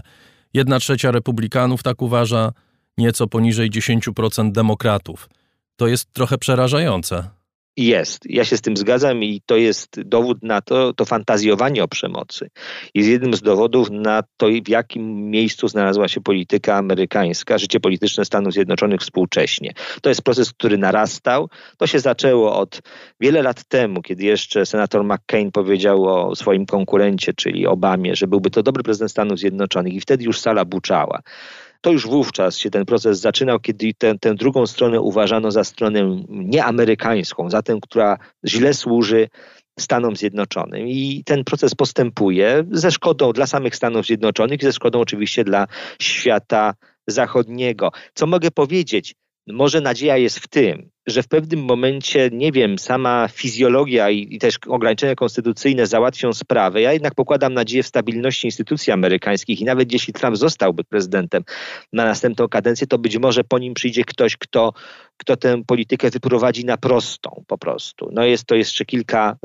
1/3 republikanów tak uważa, nieco poniżej 10% demokratów. To jest trochę przerażające. Jest. Ja się z tym zgadzam i to jest dowód na to fantazjowanie o przemocy. Jest jednym z dowodów na to, w jakim miejscu znalazła się polityka amerykańska, życie polityczne Stanów Zjednoczonych współcześnie. To jest proces, który narastał. To się zaczęło od wiele lat temu, kiedy jeszcze senator McCain powiedział o swoim konkurencie, czyli Obamie, że byłby to dobry prezydent Stanów Zjednoczonych i wtedy już sala buczała. To już wówczas się ten proces zaczynał, kiedy tę drugą stronę uważano za stronę nieamerykańską, za tę, która źle służy Stanom Zjednoczonym. I ten proces postępuje ze szkodą dla samych Stanów Zjednoczonych i ze szkodą oczywiście dla świata zachodniego. Co mogę powiedzieć? Może nadzieja jest w tym, że w pewnym momencie, nie wiem, sama fizjologia i też ograniczenia konstytucyjne załatwią sprawę. Ja jednak pokładam nadzieję w stabilności instytucji amerykańskich i nawet jeśli Trump zostałby prezydentem na następną kadencję, to być może po nim przyjdzie ktoś, kto tę politykę wyprowadzi na prostą po prostu. To jeszcze kilka,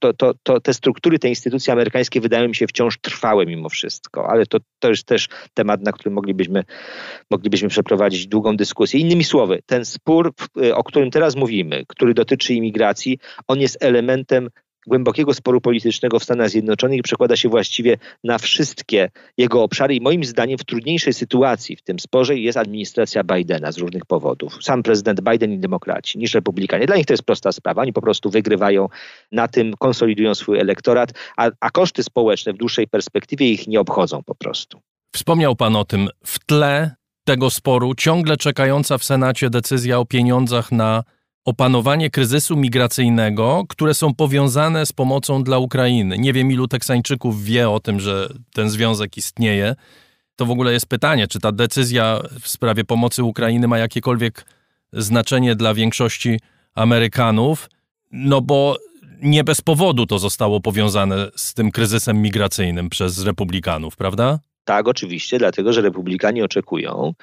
te struktury, te instytucje amerykańskie wydają mi się wciąż trwałe mimo wszystko, ale to jest też temat, na którym moglibyśmy przeprowadzić długą dyskusję. Innymi słowy, ten spór, o którym teraz mówimy, który dotyczy imigracji, on jest elementem głębokiego sporu politycznego w Stanach Zjednoczonych i przekłada się właściwie na wszystkie jego obszary i moim zdaniem w trudniejszej sytuacji w tym sporze jest administracja Bidena z różnych powodów. Sam prezydent Biden i demokraci niż republikanie. Dla nich to jest prosta sprawa. Oni po prostu wygrywają na tym, konsolidują swój elektorat, a koszty społeczne w dłuższej perspektywie ich nie obchodzą po prostu. Wspomniał pan o tym. W tle tego sporu ciągle czekająca w Senacie decyzja o pieniądzach na opanowanie kryzysu migracyjnego, które są powiązane z pomocą dla Ukrainy. Nie wiem, ilu Teksańczyków wie o tym, że ten związek istnieje. To w ogóle jest pytanie, czy ta decyzja w sprawie pomocy Ukrainy ma jakiekolwiek znaczenie dla większości Amerykanów, no bo nie bez powodu to zostało powiązane z tym kryzysem migracyjnym przez republikanów, prawda? Tak, oczywiście, dlatego że republikanie oczekują,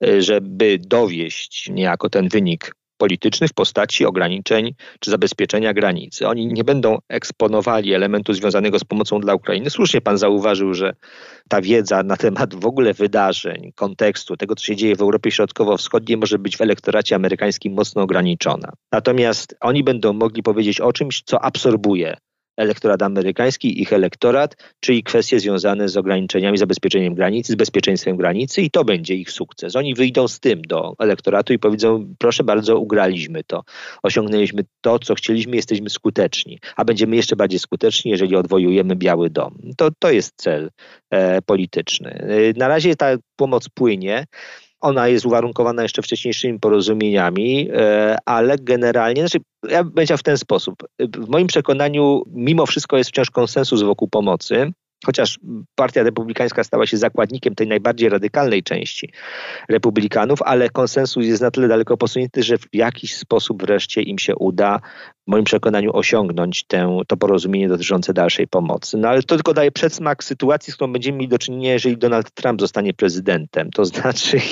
żeby dowieść niejako ten wynik polityczny w postaci ograniczeń czy zabezpieczenia granicy. Oni nie będą eksponowali elementu związanego z pomocą dla Ukrainy. Słusznie pan zauważył, że ta wiedza na temat w ogóle wydarzeń, kontekstu, tego co się dzieje w Europie Środkowo-Wschodniej może być w elektoracie amerykańskim mocno ograniczona. Natomiast oni będą mogli powiedzieć o czymś, co absorbuje elektorat amerykański, ich elektorat, czyli kwestie związane z ograniczeniami, zabezpieczeniem granicy, z bezpieczeństwem granicy i to będzie ich sukces. Oni wyjdą z tym do elektoratu i powiedzą, proszę bardzo, ugraliśmy to, osiągnęliśmy to, co chcieliśmy, jesteśmy skuteczni, a będziemy jeszcze bardziej skuteczni, jeżeli odwojujemy Biały Dom. To jest cel polityczny. Na razie ta pomoc płynie. Ona jest uwarunkowana jeszcze wcześniejszymi porozumieniami, ale generalnie, ja bym powiedział w ten sposób. W moim przekonaniu mimo wszystko jest wciąż konsensus wokół pomocy, chociaż Partia Republikańska stała się zakładnikiem tej najbardziej radykalnej części republikanów, ale konsensus jest na tyle daleko posunięty, że w jakiś sposób wreszcie im się uda, w moim przekonaniu, osiągnąć to porozumienie dotyczące dalszej pomocy. No ale to tylko daje przedsmak sytuacji, z którą będziemy mieli do czynienia, jeżeli Donald Trump zostanie prezydentem. To znaczy,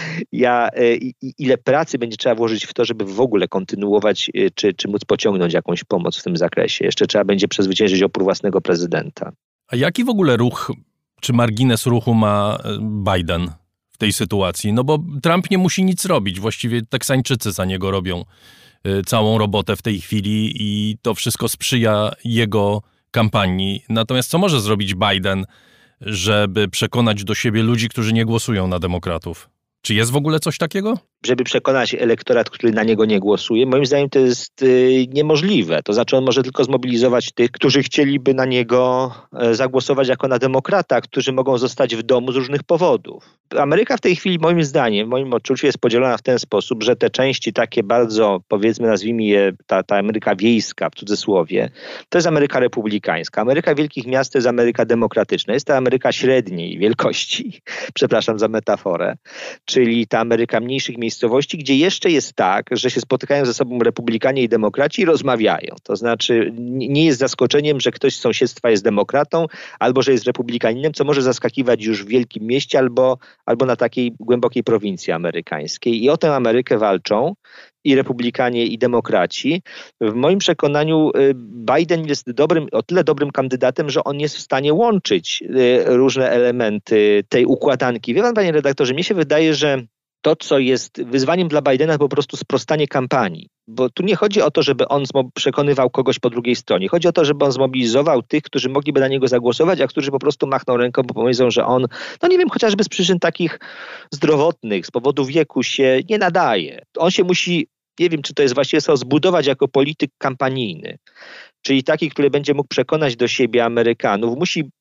ile pracy będzie trzeba włożyć w to, żeby w ogóle kontynuować, czy móc pociągnąć jakąś pomoc w tym zakresie. Jeszcze trzeba będzie przezwyciężyć opór własnego prezydenta. A jaki w ogóle ruch, czy margines ruchu ma Biden w tej sytuacji? No bo Trump nie musi nic robić. Właściwie Teksańczycy za niego robią całą robotę w tej chwili i to wszystko sprzyja jego kampanii. Natomiast co może zrobić Biden, żeby przekonać do siebie ludzi, którzy nie głosują na demokratów? Czy jest w ogóle coś takiego? Żeby przekonać elektorat, który na niego nie głosuje, moim zdaniem to jest niemożliwe. To znaczy on może tylko zmobilizować tych, którzy chcieliby na niego zagłosować jako na demokrata, którzy mogą zostać w domu z różnych powodów. Ameryka w tej chwili, moim zdaniem, w moim odczuciu jest podzielona w ten sposób, że te części takie bardzo, powiedzmy, nazwijmy je, ta Ameryka wiejska w cudzysłowie, to jest Ameryka republikańska. Ameryka wielkich miast to jest Ameryka demokratyczna. Jest to Ameryka średniej wielkości, przepraszam za metaforę, czyli ta Ameryka mniejszych miejscowości, gdzie jeszcze jest tak, że się spotykają ze sobą republikanie i demokraci i rozmawiają. To znaczy nie jest zaskoczeniem, że ktoś z sąsiedztwa jest demokratą albo że jest republikaninem, co może zaskakiwać już w wielkim mieście albo na takiej głębokiej prowincji amerykańskiej. I o tę Amerykę walczą i republikanie, i demokraci. W moim przekonaniu Biden jest o tyle dobrym kandydatem, że on jest w stanie łączyć różne elementy tej układanki. Wie pan, panie redaktorze, mnie się wydaje, że to, co jest wyzwaniem dla Bidena, to po prostu sprostanie kampanii. Bo tu nie chodzi o to, żeby on przekonywał kogoś po drugiej stronie. Chodzi o to, żeby on zmobilizował tych, którzy mogliby na niego zagłosować, a którzy po prostu machną ręką, bo powiedzą, że on, nie wiem, chociażby z przyczyn takich zdrowotnych, z powodu wieku się nie nadaje. On się musi, nie wiem, czy to jest właściwie słowo, zbudować jako polityk kampanijny. Czyli taki, który będzie mógł przekonać do siebie Amerykanów.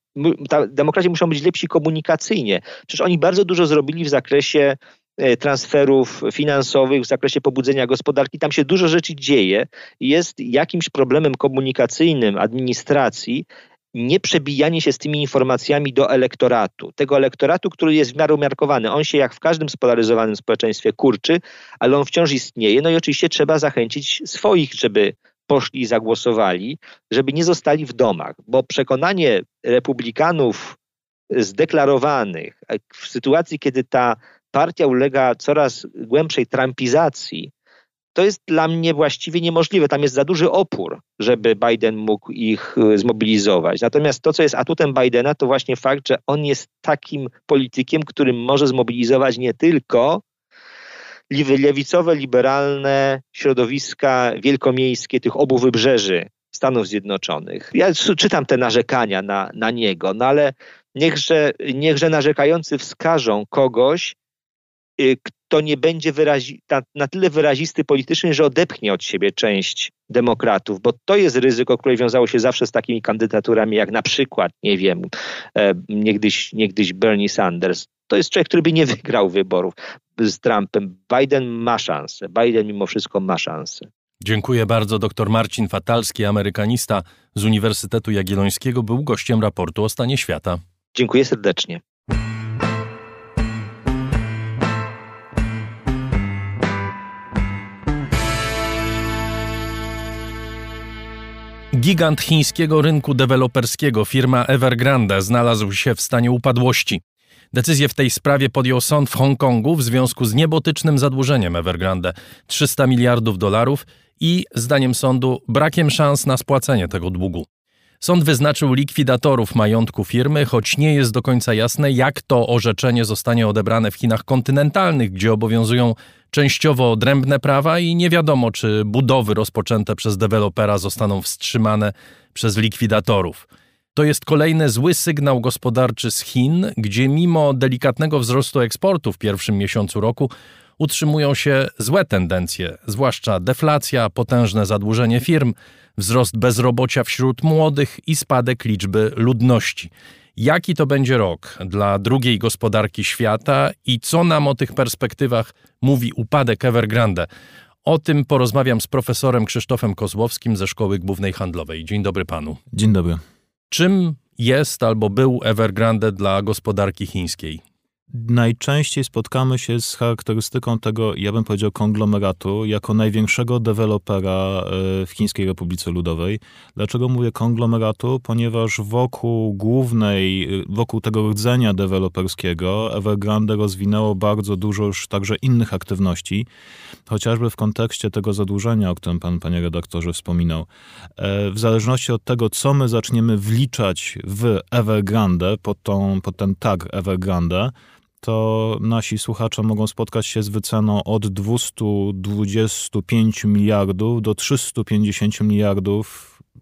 Demokraci muszą być lepsi komunikacyjnie. Przecież oni bardzo dużo zrobili w zakresie transferów finansowych, w zakresie pobudzenia gospodarki. Tam się dużo rzeczy dzieje. Jest jakimś problemem komunikacyjnym administracji nieprzebijanie się z tymi informacjami do elektoratu. Tego elektoratu, który jest w miarę umiarkowany. On się jak w każdym spolaryzowanym społeczeństwie kurczy, ale on wciąż istnieje. No i oczywiście trzeba zachęcić swoich, żeby poszli i zagłosowali, żeby nie zostali w domach. Bo przekonanie republikanów zdeklarowanych w sytuacji, kiedy ta partia ulega coraz głębszej trumpizacji, to jest dla mnie właściwie niemożliwe. Tam jest za duży opór, żeby Biden mógł ich zmobilizować. Natomiast to, co jest atutem Bidena, to właśnie fakt, że on jest takim politykiem, którym może zmobilizować nie tylko lewicowe, liberalne środowiska wielkomiejskie tych obu wybrzeży Stanów Zjednoczonych. Ja czytam te narzekania na niego, ale niechże narzekający wskażą kogoś, kto nie będzie na tyle wyrazisty politycznie, że odepchnie od siebie część demokratów, bo to jest ryzyko, które wiązało się zawsze z takimi kandydaturami jak na przykład, nie wiem, niegdyś Bernie Sanders. To jest człowiek, który by nie wygrał wyborów z Trumpem. Biden ma szansę. Biden mimo wszystko ma szansę. Dziękuję bardzo. Dr Marcin Fatalski, amerykanista z Uniwersytetu Jagiellońskiego, był gościem raportu o stanie świata. Dziękuję serdecznie. Gigant chińskiego rynku deweloperskiego, firma Evergrande, znalazł się w stanie upadłości. Decyzję w tej sprawie podjął sąd w Hongkongu w związku z niebotycznym zadłużeniem Evergrande – $300 miliardów i, zdaniem sądu, brakiem szans na spłacenie tego długu. Sąd wyznaczył likwidatorów majątku firmy, choć nie jest do końca jasne, jak to orzeczenie zostanie odebrane w Chinach kontynentalnych, gdzie obowiązują częściowo odrębne prawa i nie wiadomo, czy budowy rozpoczęte przez dewelopera zostaną wstrzymane przez likwidatorów. To jest kolejny zły sygnał gospodarczy z Chin, gdzie mimo delikatnego wzrostu eksportu w pierwszym miesiącu roku utrzymują się złe tendencje, zwłaszcza deflacja, potężne zadłużenie firm, wzrost bezrobocia wśród młodych i spadek liczby ludności. Jaki to będzie rok dla drugiej gospodarki świata i co nam o tych perspektywach mówi upadek Evergrande? O tym porozmawiam z profesorem Krzysztofem Kozłowskim ze Szkoły Głównej Handlowej. Dzień dobry panu. Dzień dobry. Czym jest albo był Evergrande dla gospodarki chińskiej? Najczęściej spotkamy się z charakterystyką tego, ja bym powiedział, konglomeratu jako największego dewelopera w Chińskiej Republice Ludowej. Dlaczego mówię konglomeratu? Ponieważ wokół tego rdzenia deweloperskiego Evergrande rozwinęło bardzo dużo już także innych aktywności, chociażby w kontekście tego zadłużenia, o którym pan, panie redaktorze, wspominał. W zależności od tego, co my zaczniemy wliczać w Evergrande, pod ten tag Evergrande, to nasi słuchacze mogą spotkać się z wyceną od 225 miliardów do 350 miliardów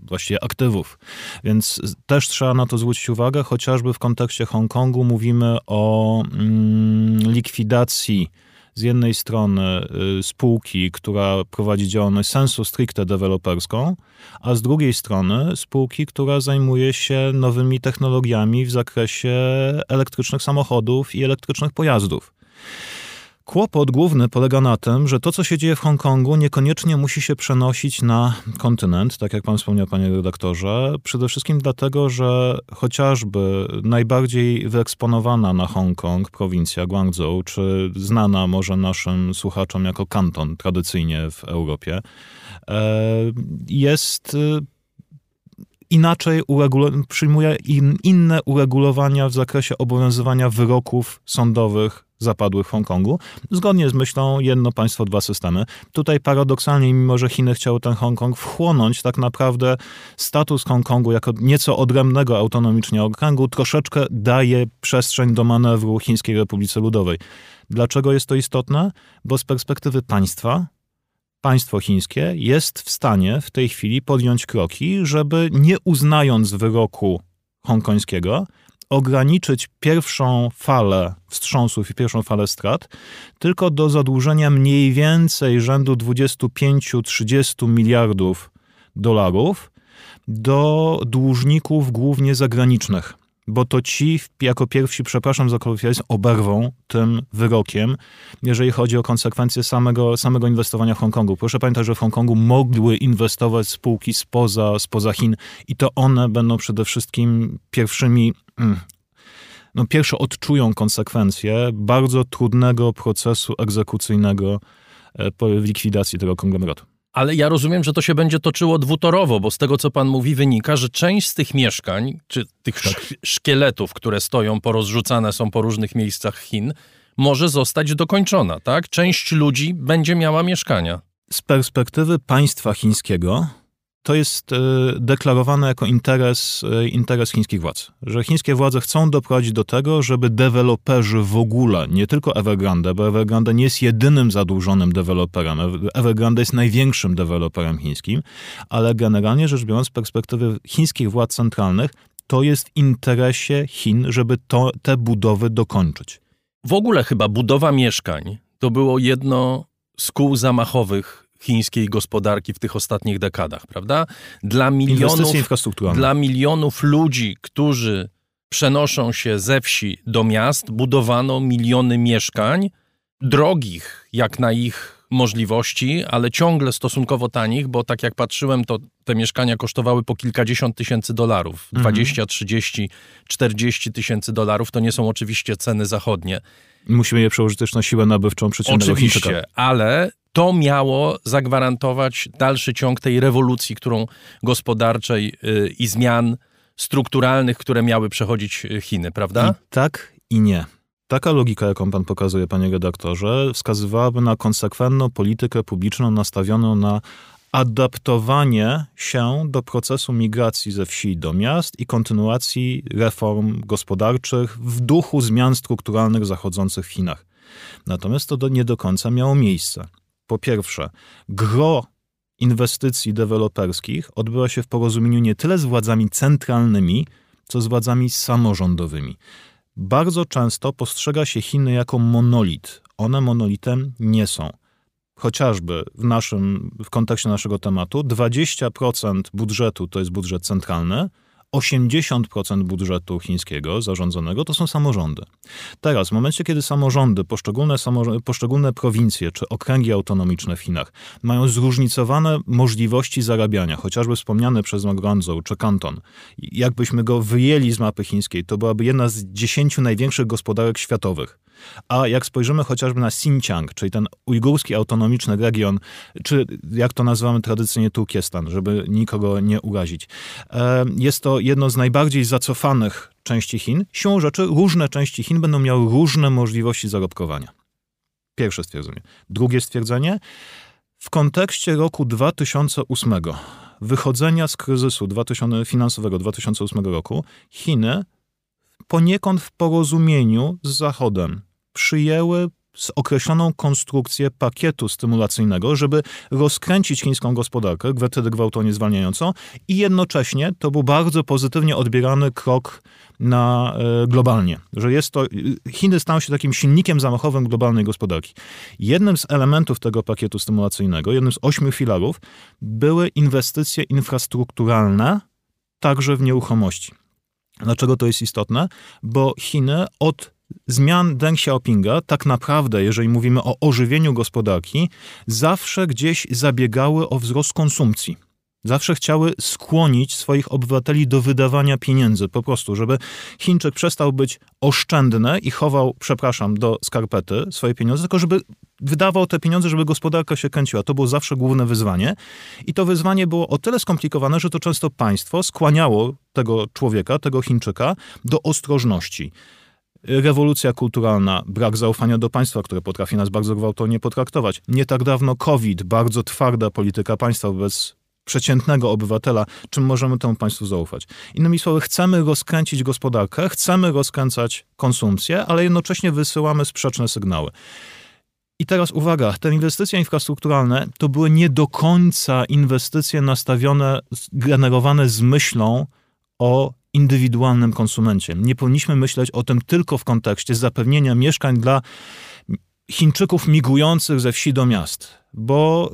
właściwie aktywów. Więc też trzeba na to zwrócić uwagę, chociażby w kontekście Hongkongu mówimy o likwidacji z jednej strony spółki, która prowadzi działalność sensu stricte deweloperską, a z drugiej strony spółki, która zajmuje się nowymi technologiami w zakresie elektrycznych samochodów i elektrycznych pojazdów. Kłopot główny polega na tym, że to, co się dzieje w Hongkongu, niekoniecznie musi się przenosić na kontynent, tak jak pan wspomniał, panie redaktorze. Przede wszystkim dlatego, że chociażby najbardziej wyeksponowana na Hongkong prowincja Guangzhou, czy znana może naszym słuchaczom jako kanton tradycyjnie w Europie, jest inaczej przyjmuje inne uregulowania w zakresie obowiązywania wyroków sądowych zapadłych w Hongkongu, zgodnie z myślą jedno państwo, dwa systemy. Tutaj paradoksalnie, mimo że Chiny chciały ten Hongkong wchłonąć, tak naprawdę status Hongkongu jako nieco odrębnego autonomicznie okręgu troszeczkę daje przestrzeń do manewru Chińskiej Republice Ludowej. Dlaczego jest to istotne? Bo z perspektywy państwo chińskie jest w stanie w tej chwili podjąć kroki, żeby nie uznając wyroku hongkońskiego, ograniczyć pierwszą falę wstrząsów i pierwszą falę strat tylko do zadłużenia mniej więcej rzędu 25-30 miliardów dolarów do dłużników głównie zagranicznych. Bo to ci jako pierwsi, przepraszam za kolokwializm, oberwą tym wyrokiem, jeżeli chodzi o konsekwencje samego inwestowania w Hongkongu. Proszę pamiętać, że w Hongkongu mogły inwestować spółki spoza Chin i to one będą przede wszystkim pierwsze odczują konsekwencje bardzo trudnego procesu egzekucyjnego w likwidacji tego konglomeratu. Ale ja rozumiem, że to się będzie toczyło dwutorowo, bo z tego, co pan mówi, wynika, że część z tych mieszkań, czy tych szkieletów, które stoją, porozrzucane są po różnych miejscach Chin, może zostać dokończona, tak? Część ludzi będzie miała mieszkania. Z perspektywy państwa chińskiego to jest deklarowane jako interes chińskich władz. Że chińskie władze chcą doprowadzić do tego, żeby deweloperzy w ogóle, nie tylko Evergrande, bo Evergrande nie jest jedynym zadłużonym deweloperem. Evergrande jest największym deweloperem chińskim, ale generalnie rzecz biorąc z perspektywy chińskich władz centralnych, to jest w interesie Chin, żeby te budowy dokończyć. W ogóle chyba budowa mieszkań to było jedno z kół zamachowych chińskiej gospodarki w tych ostatnich dekadach, prawda? Dla milionów ludzi, którzy przenoszą się ze wsi do miast, budowano miliony mieszkań, drogich jak na ich możliwości, ale ciągle stosunkowo tanich, bo tak jak patrzyłem, to te mieszkania kosztowały po kilkadziesiąt tysięcy dolarów. 20, 30, 40 tysięcy dolarów to nie są oczywiście ceny zachodnie. Musimy je przełożyć też na siłę nabywczą przeciętnego Chińczyka. Oczywiście, ale to miało zagwarantować dalszy ciąg tej rewolucji, gospodarczej i zmian strukturalnych, które miały przechodzić Chiny, prawda? I tak i nie. Taka logika, jaką pan pokazuje, panie redaktorze, wskazywałaby na konsekwentną politykę publiczną nastawioną na adaptowanie się do procesu migracji ze wsi do miast i kontynuacji reform gospodarczych w duchu zmian strukturalnych zachodzących w Chinach. Natomiast to nie do końca miało miejsce. Po pierwsze, gros inwestycji deweloperskich odbywa się w porozumieniu nie tyle z władzami centralnymi, co z władzami samorządowymi. Bardzo często postrzega się Chiny jako monolit. One monolitem nie są. Chociażby w kontekście naszego tematu 20% budżetu to jest budżet centralny, 80% budżetu chińskiego zarządzonego to są samorządy. Teraz, w momencie, kiedy samorządy, poszczególne prowincje czy okręgi autonomiczne w Chinach mają zróżnicowane możliwości zarabiania, chociażby wspomniany przez Guangzhou czy Kanton, jakbyśmy go wyjęli z mapy chińskiej, to byłaby jedna z 10 największych gospodarek światowych. A jak spojrzymy chociażby na Xinjiang, czyli ten ujgurski autonomiczny region, czy jak to nazywamy tradycyjnie Turkestan, żeby nikogo nie urazić. Jest to jedno z najbardziej zacofanych części Chin. Siłą rzeczy różne części Chin będą miały różne możliwości zarobkowania. Pierwsze stwierdzenie. Drugie stwierdzenie. W kontekście roku 2008, wychodzenia z kryzysu finansowego 2008 roku, Chiny poniekąd w porozumieniu z Zachodem przyjęły określoną konstrukcję pakietu stymulacyjnego, żeby rozkręcić chińską gospodarkę, wtedy gwałtownie zwalniającą i jednocześnie to był bardzo pozytywnie odbierany krok globalnie, że Chiny staną się takim silnikiem zamachowym globalnej gospodarki. Jednym z elementów tego pakietu stymulacyjnego, jednym z 8 filarów były inwestycje infrastrukturalne, także w nieruchomości. Dlaczego to jest istotne? Bo Chiny od zmian Deng Xiaopinga, tak naprawdę, jeżeli mówimy o ożywieniu gospodarki, zawsze gdzieś zabiegały o wzrost konsumpcji. Zawsze chciały skłonić swoich obywateli do wydawania pieniędzy, po prostu, żeby Chińczyk przestał być oszczędny i chował, do skarpety swoje pieniądze, tylko żeby wydawał te pieniądze, żeby gospodarka się kręciła. To było zawsze główne wyzwanie i to wyzwanie było o tyle skomplikowane, że to często państwo skłaniało tego człowieka, tego Chińczyka do ostrożności. Rewolucja kulturalna, brak zaufania do państwa, które potrafi nas bardzo gwałtownie potraktować. Nie tak dawno COVID, bardzo twarda polityka państwa wobec przeciętnego obywatela, czym możemy temu państwu zaufać. Innymi słowy, chcemy rozkręcić gospodarkę, chcemy rozkręcać konsumpcję, ale jednocześnie wysyłamy sprzeczne sygnały. I teraz uwaga, te inwestycje infrastrukturalne to były nie do końca inwestycje nastawione, generowane z myślą o indywidualnym konsumencie. Nie powinniśmy myśleć o tym tylko w kontekście zapewnienia mieszkań dla Chińczyków migrujących ze wsi do miast, bo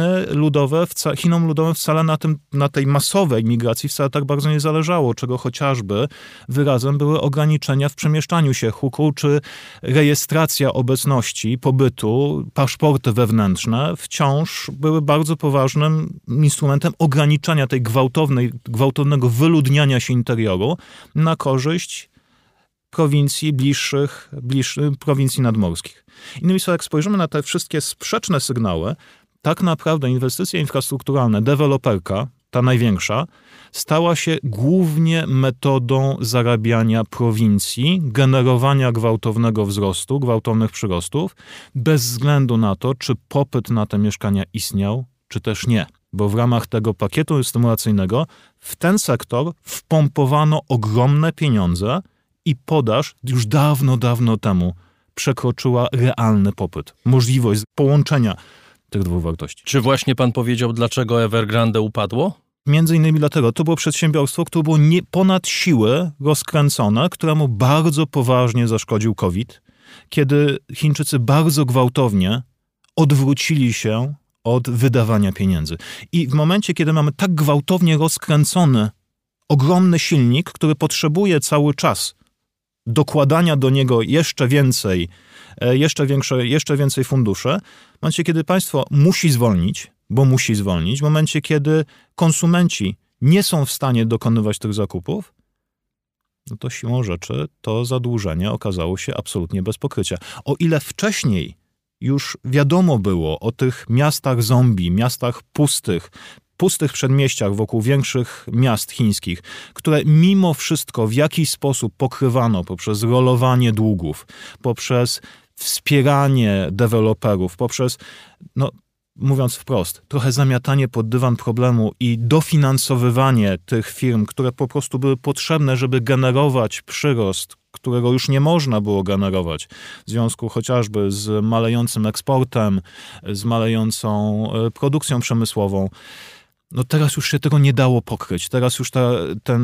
Chinom ludowym wcale na tej masowej migracji wcale tak bardzo nie zależało, czego chociażby wyrazem były ograniczenia w przemieszczaniu się huku, czy rejestracja obecności, pobytu, paszporty wewnętrzne wciąż były bardzo poważnym instrumentem ograniczania tej gwałtownego wyludniania się interioru na korzyść prowincji prowincji nadmorskich. Innymi słowy, jak spojrzymy na te wszystkie sprzeczne sygnały, tak naprawdę inwestycje infrastrukturalne, deweloperka, ta największa, stała się głównie metodą zarabiania prowincji, generowania gwałtownego wzrostu, gwałtownych przyrostów, bez względu na to, czy popyt na te mieszkania istniał, czy też nie. Bo w ramach tego pakietu stymulacyjnego w ten sektor wpompowano ogromne pieniądze i podaż już dawno temu przekroczyła realny popyt. Możliwość połączenia tych dwóch wartości. Czy właśnie pan powiedział, dlaczego Evergrande upadło? Między innymi dlatego, to było przedsiębiorstwo, które było ponad siłę rozkręcone, któremu bardzo poważnie zaszkodził COVID, kiedy Chińczycy bardzo gwałtownie odwrócili się od wydawania pieniędzy. I w momencie, kiedy mamy tak gwałtownie rozkręcony ogromny silnik, który potrzebuje cały czas dokładania do niego jeszcze więcej funduszy, w momencie, kiedy państwo musi zwolnić, w momencie, kiedy konsumenci nie są w stanie dokonywać tych zakupów, no to siłą rzeczy to zadłużenie okazało się absolutnie bez pokrycia. O ile wcześniej już wiadomo było o tych miastach zombie, miastach pustych przedmieściach wokół większych miast chińskich, które mimo wszystko w jakiś sposób pokrywano poprzez rolowanie długów, poprzez wspieranie deweloperów, poprzez, mówiąc wprost, trochę zamiatanie pod dywan problemu i dofinansowywanie tych firm, które po prostu były potrzebne, żeby generować przyrost, którego już nie można było generować w związku chociażby z malejącym eksportem, z malejącą produkcją przemysłową. No teraz już się tego nie dało pokryć. Teraz już ta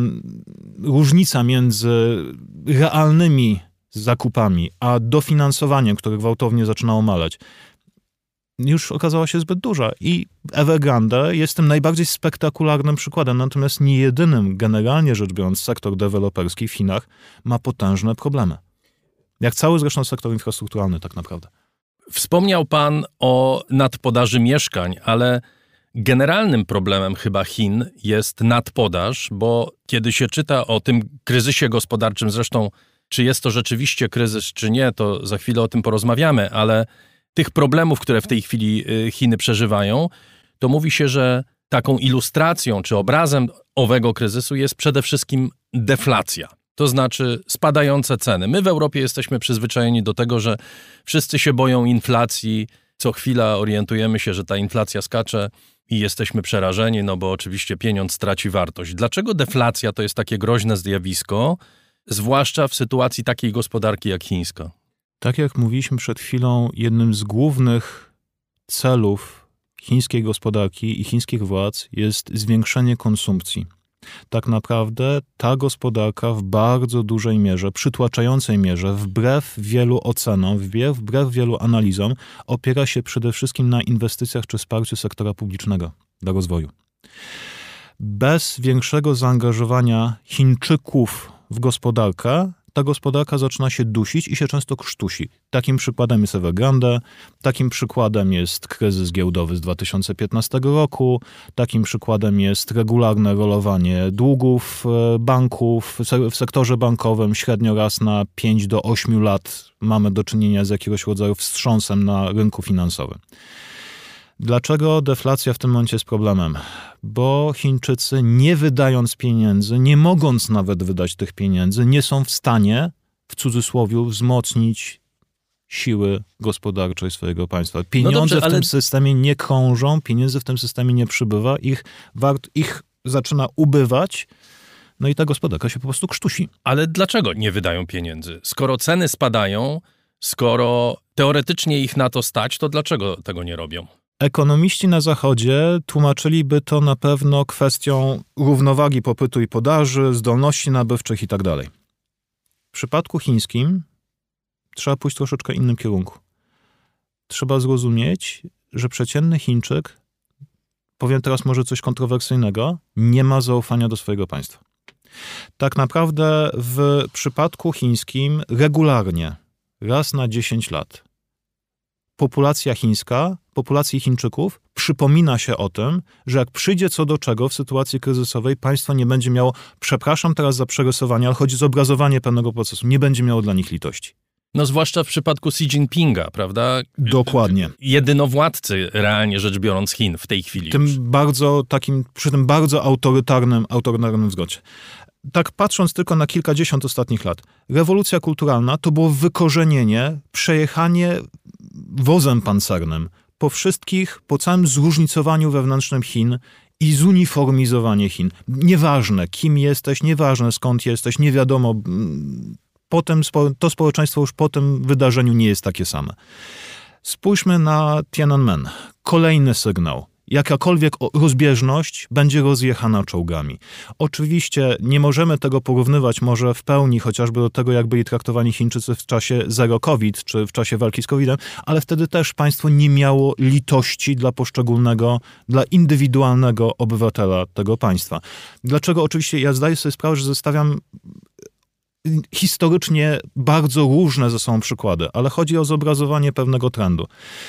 różnica między realnymi zakupami, a dofinansowaniem, które gwałtownie zaczynało maleć, już okazała się zbyt duża. I Evergrande jest tym najbardziej spektakularnym przykładem, natomiast nie jedynym, generalnie rzecz biorąc, sektor deweloperski w Chinach ma potężne problemy. Jak cały zresztą sektor infrastrukturalny tak naprawdę. Wspomniał pan o nadpodaży mieszkań, ale generalnym problemem chyba Chin jest nadpodaż, bo kiedy się czyta o tym kryzysie gospodarczym, zresztą czy jest to rzeczywiście kryzys, czy nie, to za chwilę o tym porozmawiamy, ale tych problemów, które w tej chwili Chiny przeżywają, to mówi się, że taką ilustracją czy obrazem owego kryzysu jest przede wszystkim deflacja. To znaczy spadające ceny. My w Europie jesteśmy przyzwyczajeni do tego, że wszyscy się boją inflacji. Co chwila orientujemy się, że ta inflacja skacze i jesteśmy przerażeni, bo oczywiście pieniądz traci wartość. Dlaczego deflacja to jest takie groźne zjawisko, zwłaszcza w sytuacji takiej gospodarki jak chińska? Tak jak mówiliśmy przed chwilą, jednym z głównych celów chińskiej gospodarki i chińskich władz jest zwiększenie konsumpcji. Tak naprawdę ta gospodarka w bardzo dużej mierze, przytłaczającej mierze, wbrew wielu ocenom, wbrew wielu analizom, opiera się przede wszystkim na inwestycjach czy wsparciu sektora publicznego dla rozwoju. Bez większego zaangażowania Chińczyków w gospodarkę, ta gospodarka zaczyna się dusić i się często krztusi. Takim przykładem jest Evergrande, takim przykładem jest kryzys giełdowy z 2015 roku, takim przykładem jest regularne rolowanie długów banków w sektorze bankowym. Średnio raz na 5 do 8 lat mamy do czynienia z jakiegoś rodzaju wstrząsem na rynku finansowym. Dlaczego deflacja w tym momencie jest problemem? Bo Chińczycy, nie wydając pieniędzy, nie mogąc nawet wydać tych pieniędzy, nie są w stanie, w cudzysłowie, wzmocnić siły gospodarczej swojego państwa. Pieniądze w tym systemie nie krążą, pieniędzy w tym systemie nie przybywa, ich zaczyna ubywać, no i ta gospodarka się po prostu krztusi. Ale dlaczego nie wydają pieniędzy? Skoro ceny spadają, skoro teoretycznie ich na to stać, to dlaczego tego nie robią? Ekonomiści na Zachodzie tłumaczyliby to na pewno kwestią równowagi popytu i podaży, zdolności nabywczych itd. W przypadku chińskim trzeba pójść w troszeczkę innym kierunku. Trzeba zrozumieć, że przeciętny Chińczyk, powiem teraz może coś kontrowersyjnego, nie ma zaufania do swojego państwa. Tak naprawdę w przypadku chińskim regularnie, raz na 10 lat, populacja chińska, populacji Chińczyków przypomina się o tym, że jak przyjdzie co do czego w sytuacji kryzysowej, państwo nie będzie miało, przepraszam teraz za przerysowanie, ale chodzi o zobrazowanie pewnego procesu, nie będzie miało dla nich litości. No zwłaszcza w przypadku Xi Jinpinga, prawda? Dokładnie. Jedynowładcy, realnie rzecz biorąc, Chin w tej chwili. Przy tym bardzo autorytarnym wzrocie. Tak patrząc tylko na kilkadziesiąt ostatnich lat, rewolucja kulturalna to było wykorzenienie, przejechanie wozem pancernym po całym zróżnicowaniu wewnętrznym Chin i zuniformizowanie Chin. Nieważne, kim jesteś, nieważne skąd jesteś, nie wiadomo. Potem to społeczeństwo już po tym wydarzeniu nie jest takie same. Spójrzmy na Tiananmen. Kolejny sygnał. Jakakolwiek rozbieżność będzie rozjechana czołgami. Oczywiście nie możemy tego porównywać może w pełni chociażby do tego, jak byli traktowani Chińczycy w czasie zero COVID, czy w czasie walki z COVID-em, ale wtedy też państwo nie miało litości dla indywidualnego obywatela tego państwa. Dlaczego? Oczywiście ja zdaję sobie sprawę, że zestawiam historycznie bardzo różne ze sobą przykłady, ale chodzi o zobrazowanie pewnego trendu.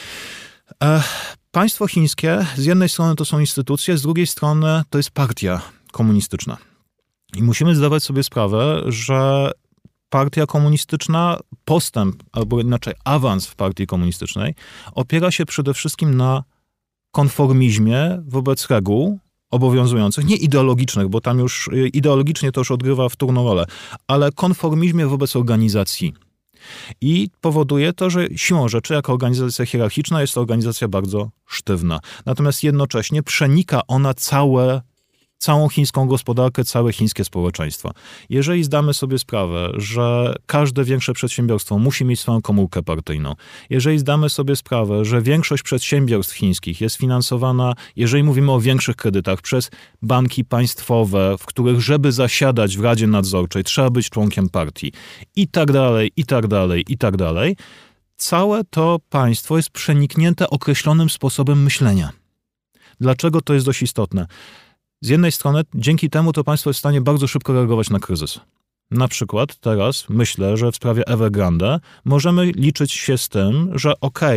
Państwo chińskie z jednej strony to są instytucje, z drugiej strony to jest partia komunistyczna. I musimy zdawać sobie sprawę, że partia komunistyczna, postęp, albo inaczej awans w partii komunistycznej opiera się przede wszystkim na konformizmie wobec reguł obowiązujących, nie ideologicznych, bo tam już ideologicznie to już odgrywa wtórną rolę, ale konformizmie wobec organizacji. I powoduje to, że siłą rzeczy, jako organizacja hierarchiczna, jest to organizacja bardzo sztywna. Natomiast jednocześnie przenika ona całą chińską gospodarkę, całe chińskie społeczeństwo. Jeżeli zdamy sobie sprawę, że każde większe przedsiębiorstwo musi mieć swoją komórkę partyjną, jeżeli zdamy sobie sprawę, że większość przedsiębiorstw chińskich jest finansowana, jeżeli mówimy o większych kredytach, przez banki państwowe, w których, żeby zasiadać w Radzie Nadzorczej, trzeba być członkiem partii i tak dalej, i tak dalej, i tak dalej, całe to państwo jest przeniknięte określonym sposobem myślenia. Dlaczego to jest dość istotne? Z jednej strony, dzięki temu to państwo jest w stanie bardzo szybko reagować na kryzys. Na przykład teraz myślę, że w sprawie Evergrande możemy liczyć się z tym, że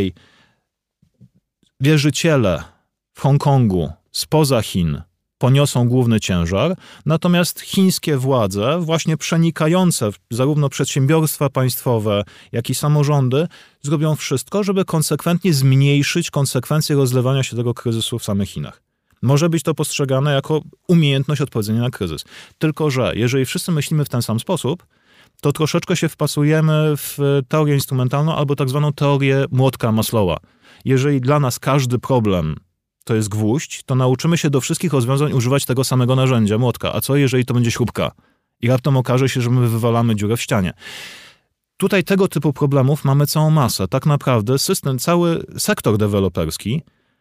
wierzyciele w Hongkongu spoza Chin poniosą główny ciężar, natomiast chińskie władze, właśnie przenikające zarówno przedsiębiorstwa państwowe, jak i samorządy, zrobią wszystko, żeby konsekwentnie zmniejszyć konsekwencje rozlewania się tego kryzysu w samych Chinach. Może być to postrzegane jako umiejętność odpowiedzenia na kryzys. Tylko że jeżeli wszyscy myślimy w ten sam sposób, to troszeczkę się wpasujemy w teorię instrumentalną albo tak zwaną teorię młotka Maslowa. Jeżeli dla nas każdy problem to jest gwóźdź, to nauczymy się do wszystkich rozwiązań używać tego samego narzędzia, młotka. A co jeżeli to będzie śrubka? I raptem okaże się, że my wywalamy dziurę w ścianie. tutaj tego typu problemów mamy całą masę. Tak naprawdę cały sektor deweloperski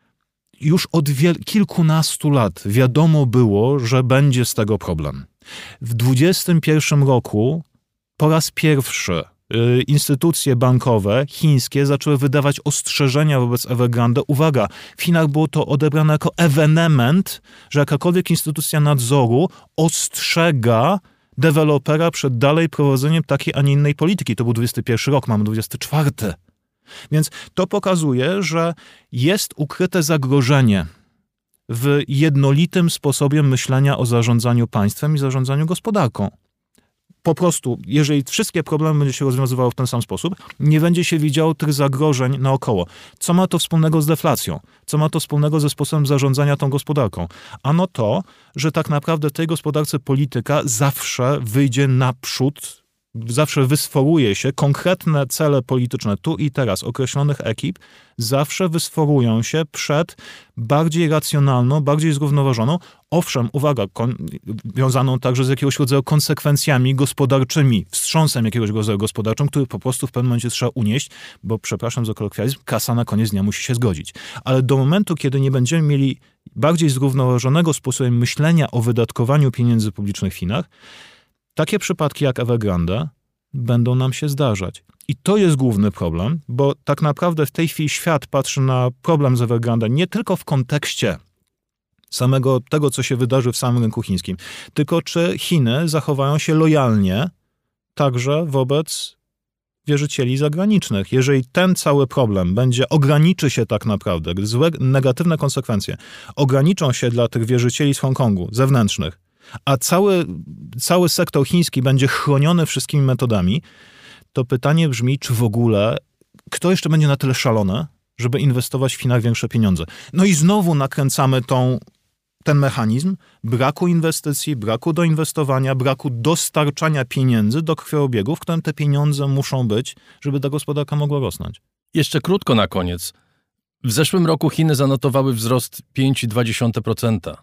już od kilkunastu lat wiadomo było, że będzie z tego problem. W 2021 roku po raz pierwszy instytucje bankowe chińskie zaczęły wydawać ostrzeżenia wobec Evergrande. Uwaga, w Chinach było to odebrane jako ewenement, że jakakolwiek instytucja nadzoru ostrzega dewelopera przed dalej prowadzeniem takiej, a nie innej polityki. To był 21 rok, mamy 24. Więc to pokazuje, że jest ukryte zagrożenie w jednolitym sposobie myślenia o zarządzaniu państwem i zarządzaniu gospodarką. Po prostu, jeżeli wszystkie problemy będzie się rozwiązywało w ten sam sposób, nie będzie się widziało tych zagrożeń naokoło. Co ma to wspólnego z deflacją? Co ma to wspólnego ze sposobem zarządzania tą gospodarką? Ano to, że tak naprawdę w tej gospodarce polityka zawsze wyjdzie naprzód, zawsze wysforuje się, konkretne cele polityczne tu i teraz określonych ekip zawsze wysforują się przed bardziej racjonalną, bardziej zrównoważoną, owszem, uwaga, wiązaną także z jakiegoś rodzaju konsekwencjami gospodarczymi, wstrząsem jakiegoś rodzaju gospodarczym, który po prostu w pewnym momencie trzeba unieść, bo przepraszam za kolokwializm, kasa na koniec dnia musi się zgodzić. Ale do momentu, kiedy nie będziemy mieli bardziej zrównoważonego sposobu myślenia o wydatkowaniu pieniędzy publicznych w Chinach, takie przypadki jak Evergrande będą nam się zdarzać. I to jest główny problem, bo tak naprawdę w tej chwili świat patrzy na problem z Evergrande nie tylko w kontekście samego tego, co się wydarzy w samym rynku chińskim, tylko czy Chiny zachowają się lojalnie także wobec wierzycieli zagranicznych. Jeżeli ten cały problem ograniczy się tak naprawdę, złe, negatywne konsekwencje ograniczą się dla tych wierzycieli z Hongkongu, zewnętrznych, a cały sektor chiński będzie chroniony wszystkimi metodami, to pytanie brzmi, czy w ogóle kto jeszcze będzie na tyle szalony, żeby inwestować w Chinach większe pieniądze. No i znowu nakręcamy ten mechanizm braku inwestycji, braku doinwestowania, braku dostarczania pieniędzy do krwiobiegu, w którym te pieniądze muszą być, żeby ta gospodarka mogła rosnąć. Jeszcze krótko na koniec. W zeszłym roku Chiny zanotowały wzrost 5,2%.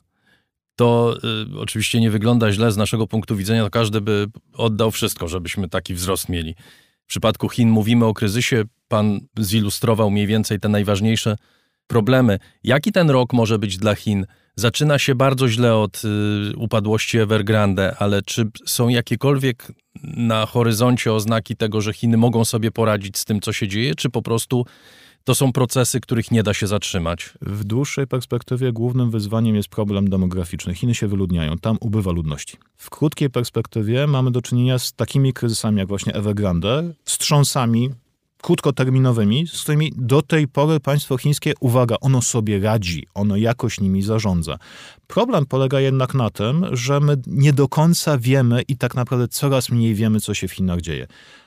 To oczywiście nie wygląda źle z naszego punktu widzenia, to każdy by oddał wszystko, żebyśmy taki wzrost mieli. W przypadku Chin mówimy o kryzysie, pan zilustrował mniej więcej te najważniejsze problemy. Jaki ten rok może być dla Chin? Zaczyna się bardzo źle od upadłości Evergrande, ale czy są jakiekolwiek na horyzoncie oznaki tego, że Chiny mogą sobie poradzić z tym, co się dzieje, czy po prostu to są procesy, których nie da się zatrzymać? W dłuższej perspektywie głównym wyzwaniem jest problem demograficzny. Chiny się wyludniają, tam ubywa ludności. W krótkiej perspektywie mamy do czynienia z takimi kryzysami jak właśnie Evergrande, wstrząsami krótkoterminowymi, z którymi do tej pory państwo chińskie, uwaga, ono sobie radzi, ono jakoś nimi zarządza. Problem polega jednak na tym, że my nie do końca wiemy i tak naprawdę coraz mniej wiemy, co się w Chinach dzieje.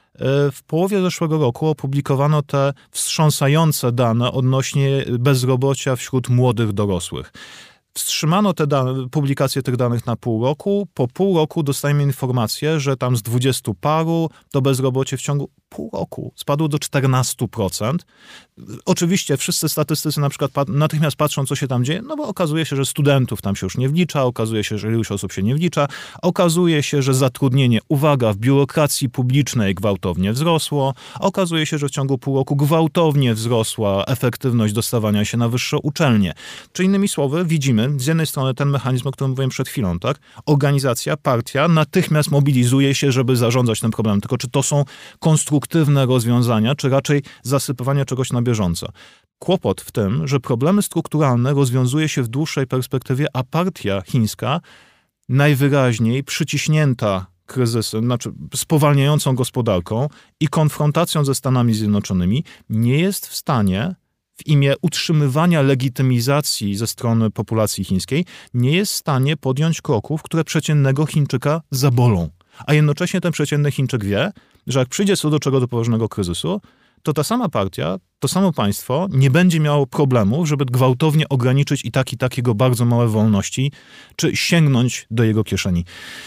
W połowie zeszłego roku opublikowano te wstrząsające dane odnośnie bezrobocia wśród młodych dorosłych. Wstrzymano publikację tych danych na pół roku. Po pół roku dostajemy informację, że tam z 20 paru to bezrobocie w ciągu pół roku spadło do 14%. Oczywiście wszyscy statystycy na przykład natychmiast patrzą, co się tam dzieje, no bo okazuje się, że studentów tam się już nie wlicza, okazuje się, że iluś osób się nie wlicza, okazuje się, że zatrudnienie, uwaga, w biurokracji publicznej gwałtownie wzrosło, okazuje się, że w ciągu pół roku gwałtownie wzrosła efektywność dostawania się na wyższe uczelnie. Czy innymi słowy, widzimy z jednej strony ten mechanizm, o którym mówiłem przed chwilą, tak? Organizacja, partia natychmiast mobilizuje się, żeby zarządzać tym problemem. Tylko czy to są konstruktywne rozwiązania, czy raczej zasypywanie czegoś na bieżąco? Kłopot w tym, że problemy strukturalne rozwiązuje się w dłuższej perspektywie, a partia chińska najwyraźniej przyciśnięta kryzysem, znaczy spowalniającą gospodarką i konfrontacją ze Stanami Zjednoczonymi nie jest w stanie w imię utrzymywania legitymizacji ze strony populacji chińskiej, nie jest w stanie podjąć kroków, które przeciętnego Chińczyka zabolą. A jednocześnie ten przeciętny Chińczyk wie, że jak przyjdzie co do czego do poważnego kryzysu, to ta sama partia, to samo państwo nie będzie miało problemu, żeby gwałtownie ograniczyć i takiego bardzo małe wolności, czy sięgnąć do jego kieszeni.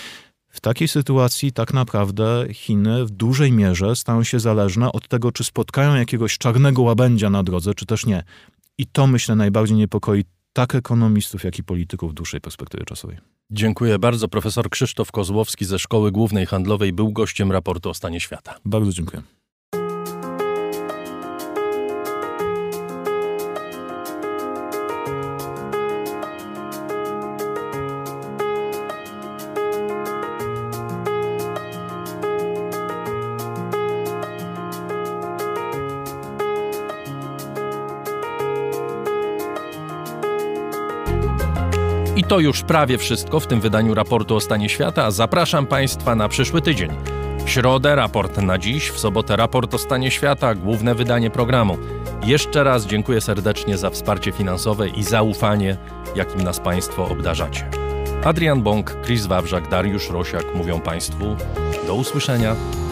W takiej sytuacji tak naprawdę Chiny w dużej mierze stają się zależne od tego, czy spotkają jakiegoś czarnego łabędzia na drodze, czy też nie. I to, myślę, najbardziej niepokoi tak ekonomistów, jak i polityków w dłuższej perspektywie czasowej. Dziękuję bardzo. Profesor Krzysztof Kozłowski ze Szkoły Głównej Handlowej był gościem raportu o stanie świata. Bardzo dziękuję. I to już prawie wszystko w tym wydaniu raportu o stanie świata. Zapraszam Państwa na przyszły tydzień. W środę raport na dziś, w sobotę raport o stanie świata, główne wydanie programu. Jeszcze raz dziękuję serdecznie za wsparcie finansowe i zaufanie, jakim nas Państwo obdarzacie. Adrian Bąk, Chris Wawrzak, Dariusz Rosiak mówią Państwu do usłyszenia.